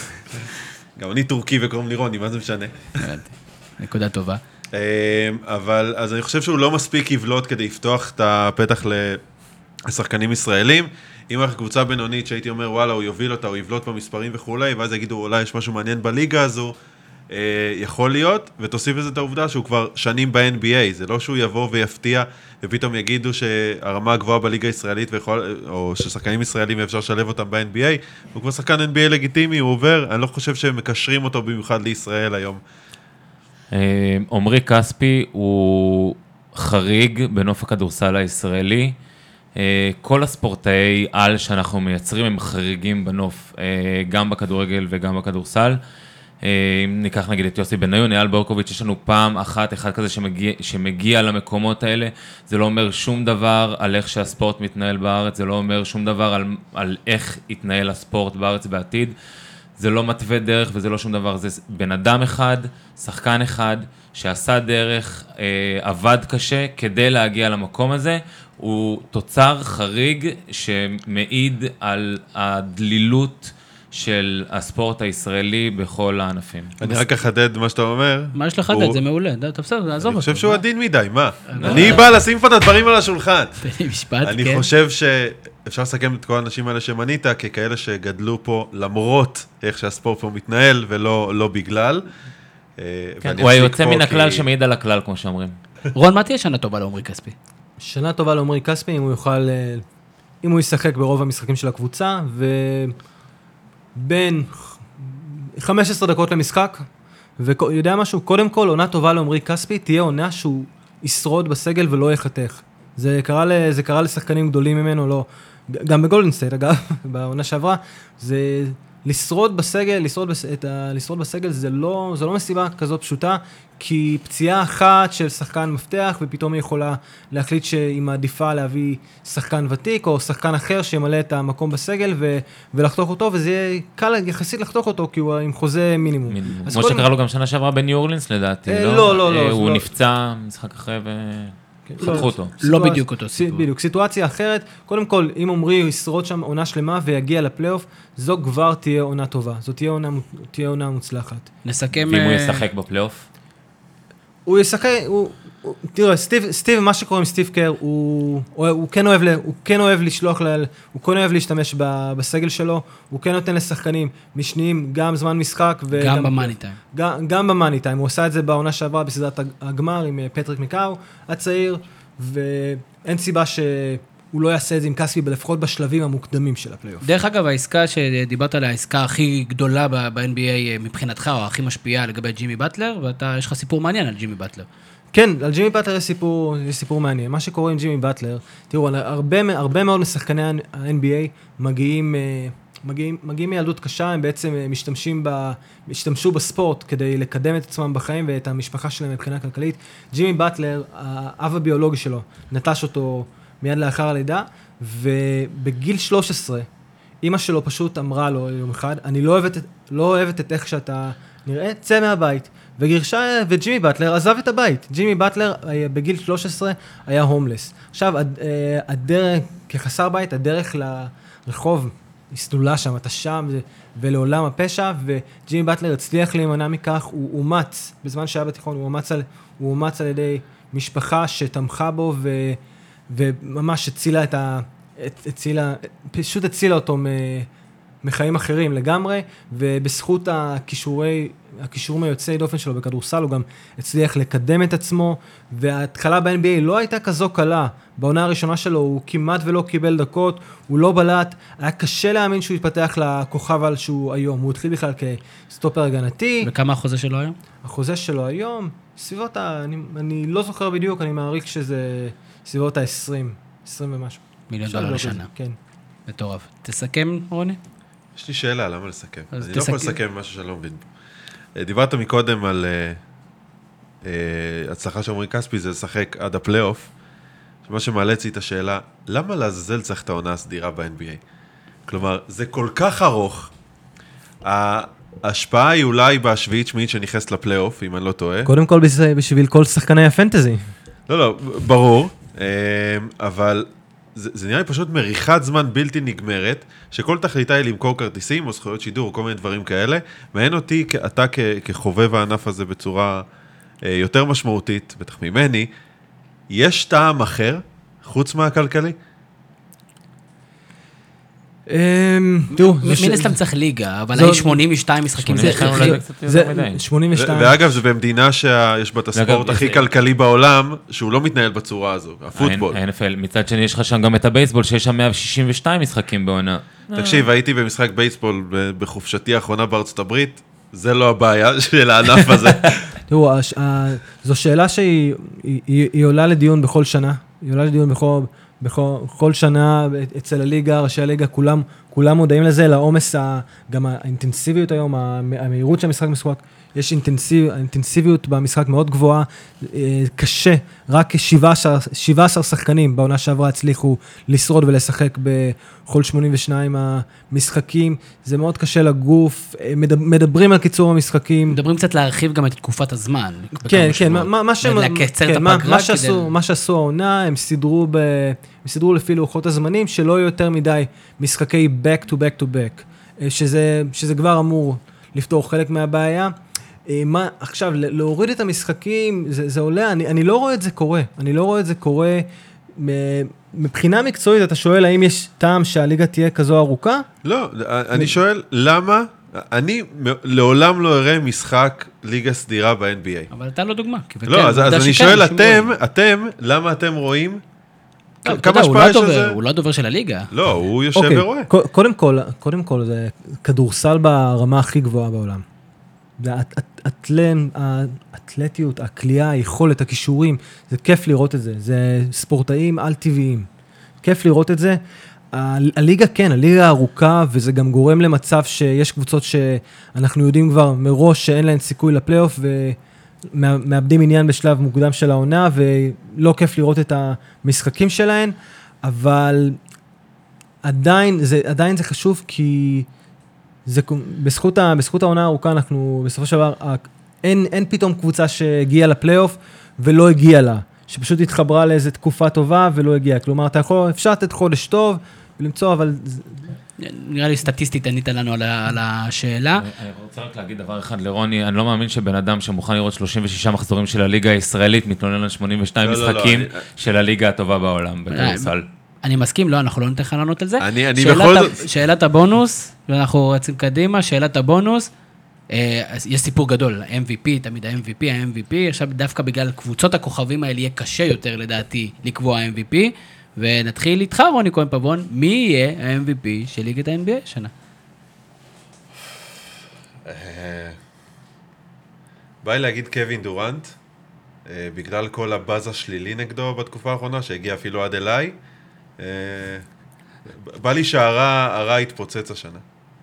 גם אני טורקי וקוראים לי רוני, מה זה משנה? נקודה טובה. אבל, אז אני חושב שהוא לא מספיק יבלוט כדי לפתוח את הפתח לשחקנים ישראלים. אם אנחנו קבוצה בינונית שהייתי אומר, וואלה, הוא יוביל אותה, הוא יבלוט במספרים וכולי, ואז יגידו, אולי יש משהו מעניין בליגה הזו, יכול להיות, ותוסיף לזה את העובדה שהוא כבר שנים ב-NBA, זה לא שהוא יבוא ויפתיע, ופתאום יגידו שהרמה הגבוהה בליגה הישראלית, או ששחקנים ישראלים אפשר לשלב אותם ב-NBA, הוא כבר שחקן NBA לגיטימי, הוא עובר, אני לא חושב שהם מקשרים אותו במיוחד לישראל היום. עומרי כספי הוא חריג בנוף הכדורסל הישראלי, כל הספורטאי על שאנחנו מייצרים הם חריגים בנוף, גם בכדורגל וגם בכדורסל. אם ניקח נגיד את יוסי בניון, אייל ברקוביץ', יש לנו פעם אחת, אחד כזה שמגיע למקומות האלה, זה לא אומר שום דבר על איך שהספורט מתנהל בארץ, זה לא אומר שום דבר על איך יתנהל הספורט בארץ בעתיד, זה לא מתווה דרך וזה לא שום דבר, זה בן אדם אחד, שחקן אחד, שעשה דרך, עבד קשה כדי להגיע למקום הזה, הוא תוצר חריג שמעיד על הדלילות של הספורט הישראלי בכל הענפים. אני רק אחדד מה שאתה אומר. מה יש לחדד? זה מעולה. אתה בסדר, נעזוב אותו. אני חושב שהוא עדין מדי, מה? אני בא לשים פה את הדברים על השולחן. משפט, כן. אני חושב שאפשר לסכם את כל האנשים האלה שמנית, ככאלה שגדלו פה למרות איך שהספורט פה מתנהל, ולא בגלל. הוא היוצא מן הכלל שמעיד על הכלל, כמו שאומרים. רון, מה תהיה שנה טובה לעומרי כספי? שנה טובה לעומרי כספי, אם הוא ישחק ברוב המשחקים של הקבוצה, בין 15 דקות למשחק, ויודע משהו, קודם כל, עונה טובה לעומרי כספי, תהיה עונה שהוא ישרוד בסגל ולא יחתך. זה קרה לשחקנים גדולים ממנו, לא, גם בגולדן סטייט, אגב, בעונה שעברה, זה לשרוד בסגל, לשרוד בסגל זה לא מסיבה כזאת פשוטה, כי פציעה אחת של שחקן מפתח, ופתאום היא יכולה להחליט שהיא מעדיפה להביא שחקן ותיק, או שחקן אחר שימלא את המקום בסגל, ולחתוך אותו, וזה יהיה קל יחסית לחתוך אותו, כי הוא עם חוזה מינימום. כמו שקרה לו גם שנה שעברה בניו אורלינס, לדעתי, לא? לא. הוא נפצע משחק אחרי וחתכו אותו. לא בדיוק אותו סיפור. בדיוק, סיטואציה אחרת. קודם כל, אם עומרי ישרוד שם עונה שלמה ויגיע לפלייאוף, זו כבר תהיה עונה טובה. זו תהיה עונה מוצלחת. נסכם... ואם הוא ישחק בפלייאוף? הוא ישחק, תראה, סטיב, מה שקוראים סטיב קר, הוא כן אוהב לשלוח, הוא כן אוהב להשתמש בסגל שלו, הוא כן נותן לשחקנים משניים גם זמן משחק, גם במאני טיים. גם במאני טיים, הוא עשה את זה בעונה שעברה בסדרת הגמר עם פטריק מיקאו, הצעיר, ואין סיבה שהוא לא יעשה את זה עם כספי, לפחות בשלבים המוקדמים של הפלייאוף. דרך אגב, העסקה שדיברת עליה, העסקה הכי גדולה ב-NBA מבחינתך, או הכי משפיעה לגבי ג'ימי באטלר, יש לך סיפור מעניין על ג'ימי באטלר. כן, על ג'ימי באטלר יש סיפור מעניין. מה שקורה עם ג'ימי באטלר, תראו, הרבה מאוד משחקני ה-NBA מגיעים מילדות קשה, הם בעצם השתמשו בספורט כדי לקדם את עצמם בחיים ואת המשפחה שלהם מבחינה כלכלית. ג'ימי באטלר, האב הביולוגי שלו, נטש אותו מיד לאחר הלידה, ובגיל 13, אמא שלו פשוט אמרה לו יום אחד, אני לא אוהבת את איך שאתה נראה, צא מהבית. וג'ימי באטלר עזב את הבית. ג'ימי באטלר בגיל 13 היה הומלס. עכשיו, הדרך, כחסר בית, הדרך לרחוב הסלולה שם, אתה שם, ולעולם הפשע, וג'ימי באטלר הצליח להימנע מכך, הוא אומץ, בזמן שהיה בתיכון, הוא אומץ על ידי משפחה שתמכה בו, וממש פשוט הצילה אותו מחיים אחרים לגמרי, ובזכות הכישורים היוצאי דופן שלו בכדורסל, הוא גם הצליח לקדם את עצמו, וההתחלה ב-NBA לא הייתה כזו קלה. בעונה הראשונה שלו הוא כמעט ולא קיבל דקות, הוא לא בלט, היה קשה להאמין שהוא התפתח לכוכב על שהוא היום. הוא התחיל בכלל כסטופר הגנתי. וכמה החוזה שלו היום? החוזה שלו היום, סביבות אני לא זוכר בדיוק, אני מעריך שזה סביבות ה-20 ומשהו. $1,000,000 לשנה. כן. מטורף. תסכם, רוני? יש לי שאלה, למה לסכם? אז אני לא יכול לסכם משהו שאני לא מבין. דיברת מקודם על הצלחה של עמרי כספי, זה לשחק עד הפלייאוף. מה שמעלה אצלי את השאלה, למה לעזאזל צריך את העונה הסדירה ב-NBA? כלומר, זה כל כך ארוך. ההשפעה היא אולי בשביעית שמינית שנכנסת לפלייאוף, אם אני לא טועה. קודם כל בשביל כל שחקני הפנטזי. לא, ברור. אבל זה נראה לי פשוט מריחת זמן בלתי נגמרת, שכל תכליתה היא למכור כרטיסים או זכויות שידור או כל מיני דברים כאלה. מעניין אותי, אתה כחובב הענף הזה בצורה יותר משמעותית, בטח ממני, יש טעם אחר, חוץ מהכלכלי? תראו, מן הסתם צריך ליגה, אבל האם 82 משחקים זה הכרחי? 82. ואגב, זה במדינה שיש בה את הספורט הכי כלכלי בעולם, שהוא לא מתנהל בצורה הזו, הפוטבול. ה-NFL, מצד שני יש לך שם גם את הבייסבול, שיש שם 162 משחקים בעונה. תקשיב, הייתי במשחק בייסבול בחופשתי האחרונה בארצות הברית, זה לא הבעיה של הענף הזה. תראו, זו שאלה שהיא עולה לדיון בכל שנה, היא עולה לדיון בכל שנה אצל הליגה, ראשי הליגה, כולם מודעים לזה, לעומס, גם האינטנסיביות היום, המהירות של המשחק משחק, יש אינטנסיביות במשחק מאוד גבוהה, קשה, רק 17 שחקנים בעונה שעברה הצליחו לשרוד ולשחק בכל 82 המשחקים, זה מאוד קשה לגוף, מדברים על קיצור המשחקים. מדברים קצת להרחיב גם את תקופת הזמן. כן, מה שעשו העונה, הם סידרו לפי לוחות הזמנים, שלא יותר מדי משחקי back to back to back, שזה כבר אמור לפתור חלק מהבעיה. עכשיו, להוריד את המשחקים, זה עולה, אני לא רואה את זה קורה, מבחינה מקצועית, אתה שואל האם יש טעם שהליגה תהיה כזו ארוכה? לא, אני שואל, למה? אני לעולם לא אראה משחק ליגה סדירה ב-NBA. אבל אתה לא דוגמה. לא, אז אני שואל, אתם, למה אתם רואים? כמה השפעה יש לזה? הוא לא הדובר של הליגה. לא, הוא יושב ורואה. קודם כל, זה כדורסל ברמה הכי גבוהה בעולם. האתלטיות, הקליעה, היכולת, הכישורים, זה כיף לראות את זה. זה ספורטאים על-טבעיים. כיף לראות את זה. הליגה כן, הליגה ארוכה, וזה גם גורם למצב שיש קבוצות שאנחנו יודעים כבר מראש שאין להן סיכוי לפלייאוף, ומאבדים עניין בשלב מוקדם של העונה, ולא כיף לראות את המשחקים שלהן, אבל עדיין זה חשוב, כי זה, בזכות העונה הארוכה, אנחנו בסופו של דבר, אין פתאום קבוצה שהגיעה לפלייאוף, ולא הגיעה לה. שפשוט התחברה לאיזו תקופה טובה ולא הגיעה. כלומר, אפשר לתת חודש טוב ולמצוא, אבל... נראה לי סטטיסטית ענית לנו על השאלה. אני רוצה רק להגיד דבר אחד לרוני, אני לא מאמין שבן אדם שמוכן לראות 36 מחזורים של הליגה הישראלית, מתלונן על 82 משחקים של הליגה הטובה בעולם בכדורסל. אני מסכים, לא, אנחנו לא ניתן לך לענות על זה. אני בכל זאת... שאלת הבונוס, ואנחנו רצים קדימה, שאלת הבונוס, יש סיפור גדול, MVP, תמיד ה-MVP, עכשיו דווקא בגלל קבוצות הכוכבים האלה יהיה קשה יותר לדעתי לקבוע MVP, ונתחיל איתך רוני כהן פבון, מי יהיה ה-MVP של ליגת ה-NBA שנה? בא לי להגיד קווין דורנט, בגלל כל הבאז השלילי נגדו בתקופה האחרונה, שהגיע אפילו עד אליי, בא לי שהרע התפוצץ השנה.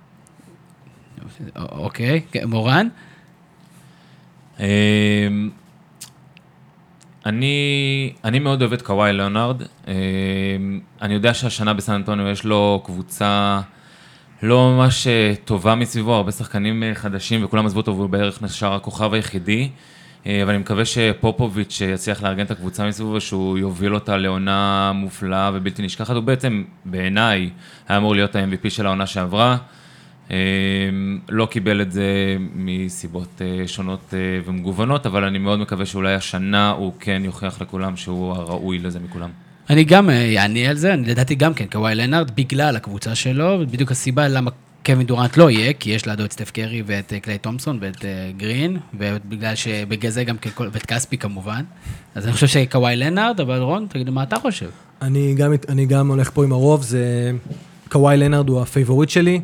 אוקיי, מורן? אני מאוד אוהב את קוואי ליאונרד. אני יודע שהשנה בסן אנטוניו יש לו קבוצה לא ממש טובה מסביבו, הרבה שחקנים חדשים וכולם עזבו אותו והוא בערך נשאר הכוכב היחידי, אבל אני מקווה שפופוביץ' יצליח לארגן את הקבוצה מסביבו ושהוא יוביל אותה לעונה מופלאה ובלתי נשכחת. הוא בעצם בעיניי היה אמור להיות ה-MVP של העונה שעברה, לא קיבל את זה מסיבות שונות ומגוונות, אבל אני מאוד מקווה שאולי השנה הוא כן יוכיח לכולם שהוא הראוי לזה מכולם. אני גם אענה על זה, אני לדעתי גם כן, קוואי לנארד, בגלל הקבוצה שלו, ובדיוק הסיבה למה קווין דורנט לא יהיה, כי יש לידו את סטף קרי ואת קליי תומפסון ואת גרין, ובגלל שבגלל זה גם ואת כספי כמובן. אז אני חושב שקוואי לנארד, אבל רון, תגיד מה אתה חושב? אני גם הולך פה עם הרוב, זה קוואי לנארד הוא הפייבוריט שלי.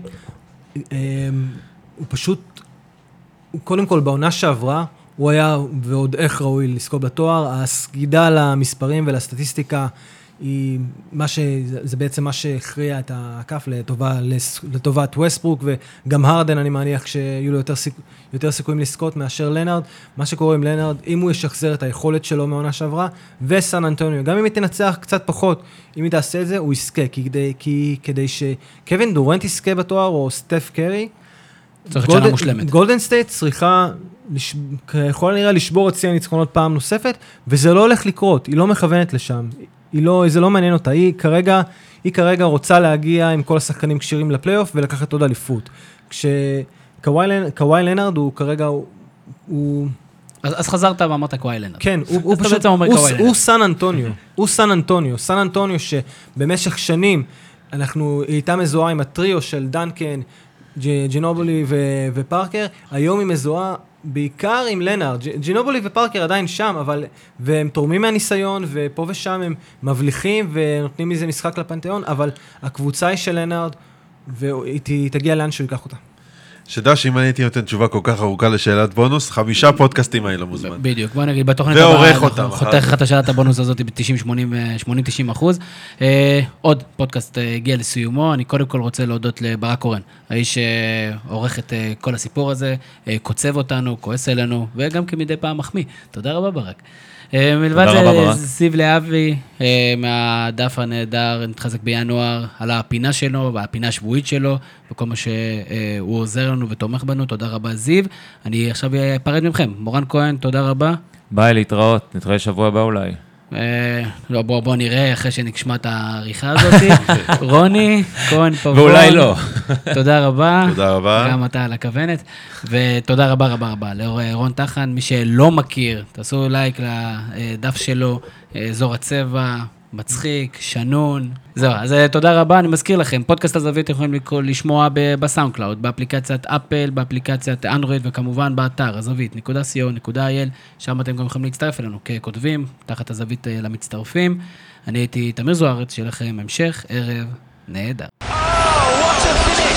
הוא פשוט, קודם כל בעונה שעברה, הוא היה ועוד איך ראוי לזכות בתואר, הסגידה למספרים ולסטטיסטיקה היא זה בעצם מה שהכריע את הכף לטובת ווסטברוק, וגם הרדן אני מניח שיהיו לו יותר סיכויים לזכות מאשר לנארד. מה שקורה עם לנארד, אם הוא ישחזר את היכולת שלו מעונה שעברה, וסן אנטוניו, גם אם היא תנצח קצת פחות, אם היא תעשה את זה, הוא יזכה, כי כדי שקווין דורנט יזכה בתואר, או סטף קרי, צריך שנה מושלמת. גולדן סטייט צריכה, יכולה נראה לשבור את שיא הניצחונות פעם נוספת, וזה לא הולך לקרות, היא לא מכוונת לשם. זה לא מעניין אותה, היא כרגע רוצה להגיע עם כל השחקנים קשירים לפלייאוף ולקחת עוד אליפות. כשקוואי לנארד הוא כרגע, אז חזרת ואמרת קוואי לנארד. כן, הוא פשוט, הוא סן אנטוניו, סן אנטוניו שבמשך שנים אנחנו איתה מזוהה עם הטריו של דנקן, ג'ינובולי ופארקר, היום היא מזוהה בעיקר עם לנארד. ג'ינובולי ופארקר עדיין שם, והם תורמים מהניסיון, ופה ושם הם מבליחים ונותנים מזה משחק לפנתיאון, אבל הקבוצה היא של לנארד, והיא תגיע לאן שהוא ייקח אותה. שדע שאם אני הייתי נותן תשובה כל כך ארוכה לשאלת בונוס, 5 פודקאסטים אני לא מוזמן. בדיוק, בוא נגיד, בתוכנית ועורך אותם. חותך לך את השאלת הבונוס הזאת ב-90-80%. עוד פודקאסט הגיע לסיומו, אני קודם כל רוצה להודות לברק קורן, האיש שעורך את כל הסיפור הזה, קוצב אותנו, כועס אלינו, וגם כמדי פעם מחמיא. תודה רבה ברק. מלבד זה, זיו להבי, מהדף הנהדר, נתחזק בינואר, על הפינה שלו, והפינה השבועית שלו, וכל מה שהוא עוזר לנו ותומך בנו, תודה רבה זיו. אני עכשיו אפרד מכם, מורן כהן, תודה רבה. ביי, להתראות, נתראה שבוע הבא אולי. לא, בוא נראה אחרי שנשמע את העריכה הזאת. רוני, כהן, פבון. ואולי לא. תודה רבה. תודה רבה. גם אתה על הכוונת. ותודה רבה רבה רבה לרון תחן. מי שלא מכיר, תעשו לייק לדף שלו, אזור הצבע, מצחיק, שנון. זהו, אז תודה רבה. אני מזכיר לכם, פודקאסט הזווית יכולים לשמוע בסאונדקלאוד, באפליקציית אפל, באפליקציית אנדרואיד, וכמובן באתר הזווית.co.il, שם אתם גם יכולים להצטרף אלינו ככותבים, תחת הזווית למצטרפים. אני הייתי תמיר זוארץ, שיהיה לכם המשך ערב נהדר.